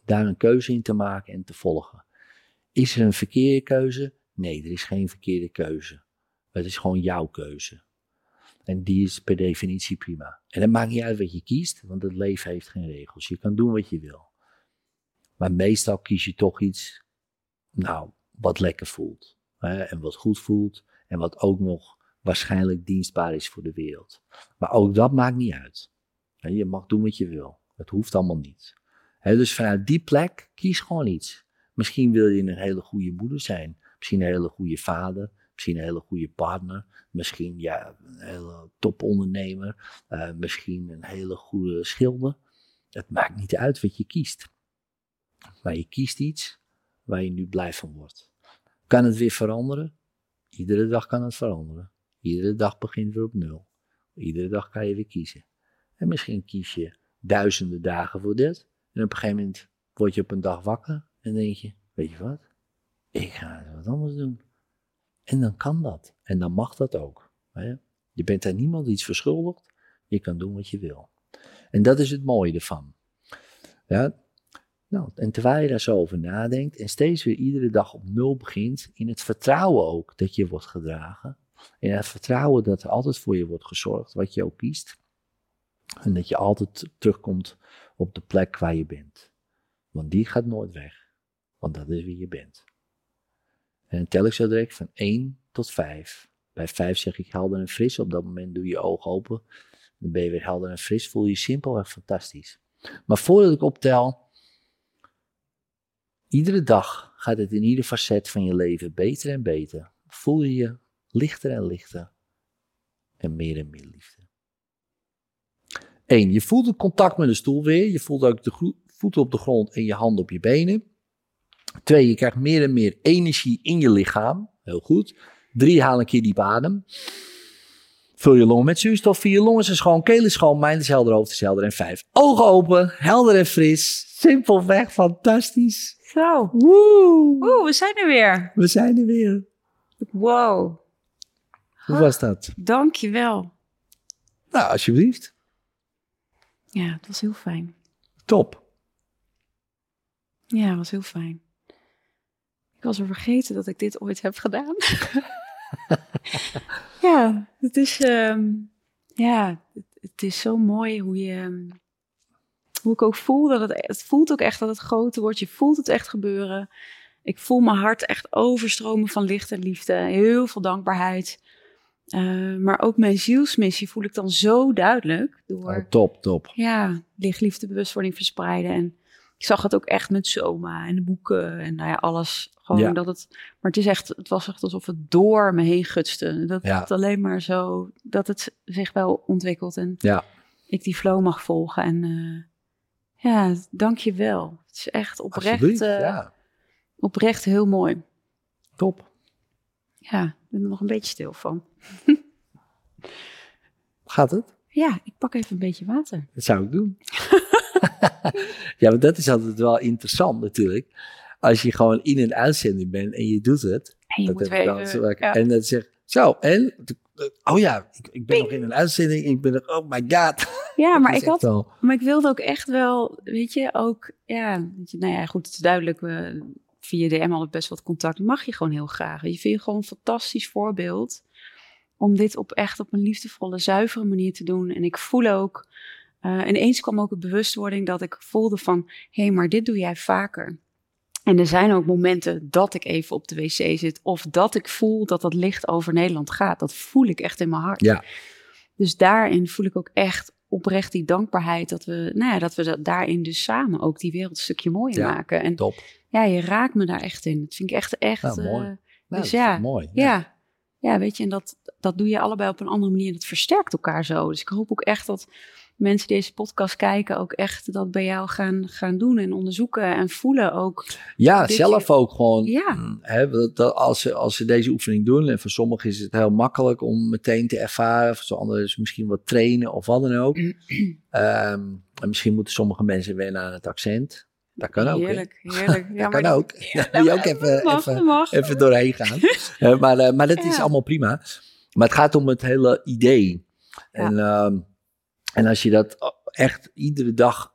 Speaker 2: Daar een keuze in te maken en te volgen. Is er een verkeerde keuze? Nee, er is geen verkeerde keuze. Het is gewoon jouw keuze. En die is per definitie prima. En het maakt niet uit wat je kiest, want het leven heeft geen regels. Je kan doen wat je wil. Maar meestal kies je toch iets, wat lekker voelt. En wat goed voelt. En wat ook nog waarschijnlijk dienstbaar is voor de wereld. Maar ook dat maakt niet uit. Je mag doen wat je wil. Het hoeft allemaal niet. Dus vanuit die plek, kies gewoon iets. Misschien wil je een hele goede moeder zijn. Misschien een hele goede vader. Misschien een hele goede partner. Misschien een hele topondernemer. Misschien een hele goede schilder. Het maakt niet uit wat je kiest. Maar je kiest iets waar je nu blij van wordt. Kan het weer veranderen? Iedere dag kan het veranderen. Iedere dag begint weer op 0. Iedere dag kan je weer kiezen. En misschien kies je duizenden dagen voor dit. En op een gegeven moment word je op een dag wakker. En denk je, weet je wat? Ik ga eens wat anders doen. En dan kan dat. En dan mag dat ook. Je bent aan niemand iets verschuldigd. Je kan doen wat je wil. En dat is het mooie ervan. Ja. En terwijl je daar zo over nadenkt. En steeds weer iedere dag op 0 begint. In het vertrouwen ook dat je wordt gedragen. In het vertrouwen dat er altijd voor je wordt gezorgd. Wat je ook kiest. En dat je altijd terugkomt op de plek waar je bent. Want die gaat nooit weg. Want dat is wie je bent. En dan tel ik zo direct van 1 tot 5. Bij 5 zeg ik helder en fris. Op dat moment doe je je ogen open. Dan ben je weer helder en fris. Voel je je simpelweg fantastisch. Maar voordat ik optel. Iedere dag gaat het in ieder facet van je leven beter en beter. Voel je je lichter en lichter. En meer liefde. 1. Je voelt het contact met de stoel weer. Je voelt ook de voeten op de grond en je handen op je benen. 2. Je krijgt meer en meer energie in je lichaam. Heel goed. 3. Haal een keer diep adem. Vul je longen met zuurstof. 4. Longen zijn schoon. Keel is schoon. Mind is helder. Hoofd is helder. En 5. Ogen open. Helder en fris. Simpelweg fantastisch.
Speaker 1: Zo.
Speaker 2: Woe!
Speaker 1: We zijn er weer.
Speaker 2: We zijn er weer.
Speaker 1: Wow.
Speaker 2: Hoe was dat?
Speaker 1: Dankjewel.
Speaker 2: Nou, alsjeblieft.
Speaker 1: Ja, het was heel fijn.
Speaker 2: Top.
Speaker 1: Ja, het was heel fijn. Ik was er vergeten dat ik dit ooit heb gedaan. Ja, het is, het is zo mooi hoe ik ook voel dat het voelt ook echt dat het groter wordt. Je voelt het echt gebeuren. Ik voel mijn hart echt overstromen van licht en liefde. Heel veel dankbaarheid. Maar ook mijn zielsmissie voel ik dan zo duidelijk. Door,
Speaker 2: Top.
Speaker 1: Ja, licht, liefde, bewustwording verspreiden. En ik zag het ook echt met Soma en de boeken en alles. Gewoon dat het. Maar het was echt alsof het door me heen gutste. Dat het alleen maar zo, dat het zich wel ontwikkelt. En ik die flow mag volgen. En dank je wel. Het is echt oprecht heel mooi.
Speaker 2: Top.
Speaker 1: Ja, ik ben er nog een beetje stil van.
Speaker 2: Gaat het?
Speaker 1: Ja, ik pak even een beetje water.
Speaker 2: Dat zou ik doen. Ja, maar dat is altijd wel interessant natuurlijk. Als je gewoon in een uitzending bent en je doet het.
Speaker 1: En je moet weer
Speaker 2: en dan zeg zo, en? Oh ja, ik ben nog in een uitzending. Ik ben er, oh my god.
Speaker 1: Ja, maar ik wilde ook echt wel, weet je, ook, goed, het is duidelijk, via DM hadden we best wat contact. Mag je gewoon heel graag. Je vindt gewoon een fantastisch voorbeeld om dit op een liefdevolle, zuivere manier te doen. En ik voel ook, ineens kwam ook een bewustwording dat ik voelde van, hé, maar dit doe jij vaker. En er zijn ook momenten dat ik even op de wc zit of dat ik voel dat dat licht over Nederland gaat. Dat voel ik echt in mijn hart.
Speaker 2: Ja.
Speaker 1: Dus daarin voel ik ook echt oprecht die dankbaarheid dat we daarin dus samen ook die wereld een stukje mooier maken. En
Speaker 2: top.
Speaker 1: Ja, je raakt me daar echt in. Dat vind ik echt.
Speaker 2: Mooi.
Speaker 1: Dus
Speaker 2: dat is mooi.
Speaker 1: Ja, weet je, en dat doe je allebei op een andere manier. Dat versterkt elkaar zo. Dus ik hoop ook echt dat mensen die deze podcast kijken ook echt dat bij jou gaan doen en onderzoeken en voelen ook.
Speaker 2: Ja, zelf ook gewoon.
Speaker 1: Ja.
Speaker 2: Als ze deze oefening doen, en voor sommigen is het heel makkelijk om meteen te ervaren, voor anderen is misschien wat trainen of wat dan ook. En misschien moeten sommige mensen wennen aan het accent. Dat kan ook.
Speaker 1: Heerlijk.
Speaker 2: Ja, dat kan ook. Daar moet je ook even doorheen gaan. Maar dat is allemaal prima. Maar het gaat om het hele idee. Ja. En als je dat echt iedere dag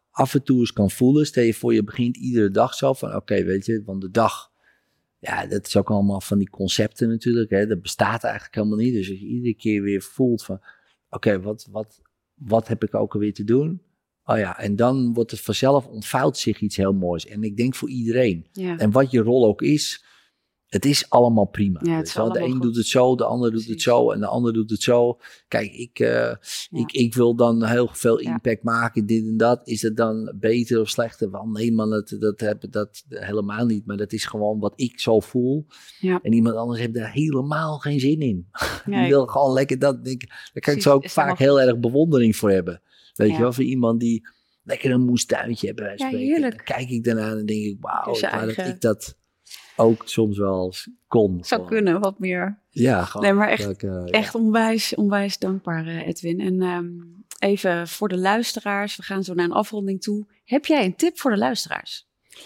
Speaker 2: af en toe eens kan voelen. Stel je voor, je begint iedere dag zo van, oké, weet je, want de dag, ja, dat is ook allemaal van die concepten natuurlijk, hè, dat bestaat eigenlijk helemaal niet. Dus als je iedere keer weer voelt van, oké, wat heb ik ook alweer te doen? Oh ja, en dan wordt het vanzelf, ontvouwt zich iets heel moois. En ik denk voor iedereen.
Speaker 1: Ja.
Speaker 2: En wat je rol ook is, het is allemaal prima.
Speaker 1: Ja, het is allemaal
Speaker 2: de een
Speaker 1: goed.
Speaker 2: doet het zo, de ander doet het zo en de ander doet het zo. Kijk, ik wil dan heel veel impact maken, dit en dat. Is het dan beter of slechter? Wel, nee man, dat helemaal niet. Maar dat is gewoon wat ik zo voel.
Speaker 1: Ja.
Speaker 2: En iemand anders heeft daar helemaal geen zin in.
Speaker 1: Nee.
Speaker 2: Die wil gewoon lekker dat. Daar kan ik zo ook vaak heel erg bewondering voor hebben. Weet je wel, voor iemand die lekker een moestuintje heeft bij wijze van spreken.
Speaker 1: Heerlijk.
Speaker 2: Dan kijk ik daarna en denk ik, wauw,
Speaker 1: Dus
Speaker 2: dat ik dat ook soms wel kon.
Speaker 1: Zou kunnen, wat meer.
Speaker 2: Ja, gewoon.
Speaker 1: Nee, maar echt onwijs dankbaar, Edwin. En even voor de luisteraars, we gaan zo naar een afronding toe. Heb jij een tip voor de luisteraars?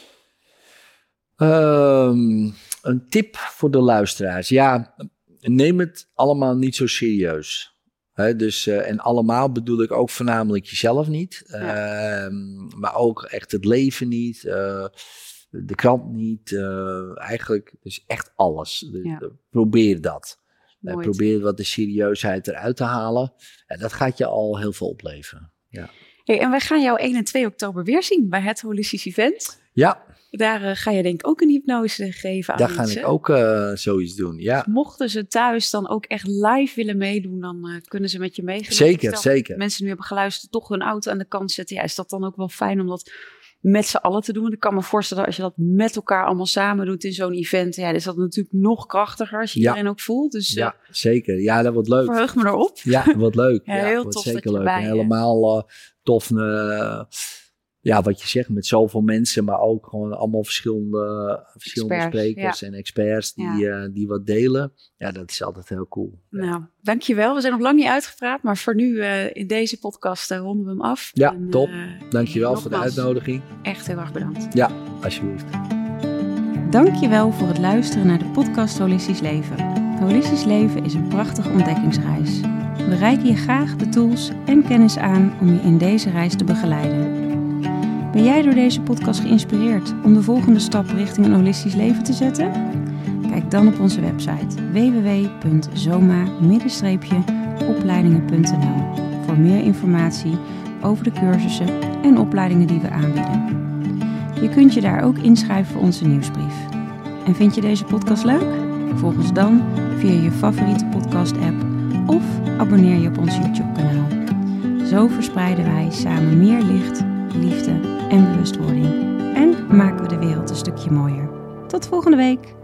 Speaker 2: Een tip voor de luisteraars. Ja, neem het allemaal niet zo serieus. Dus, en allemaal bedoel ik ook voornamelijk jezelf niet. Maar ook echt het leven niet. De krant niet. Eigenlijk dus echt alles. Probeer dat. Probeer wat de serieusheid eruit te halen. En dat gaat je al heel veel opleveren. Ja.
Speaker 1: Hey, en wij gaan jou 1 en 2 oktober weer zien bij het Holistisch Event.
Speaker 2: Ja.
Speaker 1: Daar ga je denk ik ook een hypnose geven aan
Speaker 2: Daar
Speaker 1: mensen.
Speaker 2: ga ik ook zoiets doen, ja.
Speaker 1: Dus mochten ze thuis dan ook echt live willen meedoen, dan kunnen ze met je meegaan.
Speaker 2: Zeker.
Speaker 1: Mensen nu hebben geluisterd, toch hun auto aan de kant zetten. Ja, is dat dan ook wel fijn om dat met z'n allen te doen? Ik kan me voorstellen, als je dat met elkaar allemaal samen doet in zo'n event, ja, dan is dat natuurlijk nog krachtiger als je iedereen ook voelt. Dus,
Speaker 2: ja, zeker. Ja, dat wordt leuk.
Speaker 1: Verheug me erop.
Speaker 2: Ja, wat leuk.
Speaker 1: Ja, heel
Speaker 2: wordt
Speaker 1: tof
Speaker 2: zeker
Speaker 1: dat je
Speaker 2: leuk.
Speaker 1: erbij
Speaker 2: En helemaal tof. Ja, wat je zegt, met zoveel mensen, maar ook gewoon allemaal verschillende sprekers en experts die wat delen. Ja, dat is altijd heel cool.
Speaker 1: Nou, dankjewel. We zijn nog lang niet uitgepraat, maar voor nu in deze podcast ronden we hem af.
Speaker 2: Ja,
Speaker 1: en,
Speaker 2: top. Dankjewel voor de uitnodiging.
Speaker 1: Echt heel erg bedankt.
Speaker 2: Ja, alsjeblieft.
Speaker 1: Dankjewel voor het luisteren naar de podcast Holistisch Leven. Holistisch Leven is een prachtige ontdekkingsreis. We reiken je graag de tools en kennis aan om je in deze reis te begeleiden. Ben jij door deze podcast geïnspireerd om de volgende stap richting een holistisch leven te zetten? Kijk dan op onze website www.zoma-opleidingen.nl voor meer informatie over de cursussen en opleidingen die we aanbieden. Je kunt je daar ook inschrijven voor onze nieuwsbrief. En vind je deze podcast leuk? Volg ons dan via je favoriete podcast-app of abonneer je op ons YouTube-kanaal. Zo verspreiden wij samen meer licht, liefde en bewustwording. En maken we de wereld een stukje mooier. Tot volgende week!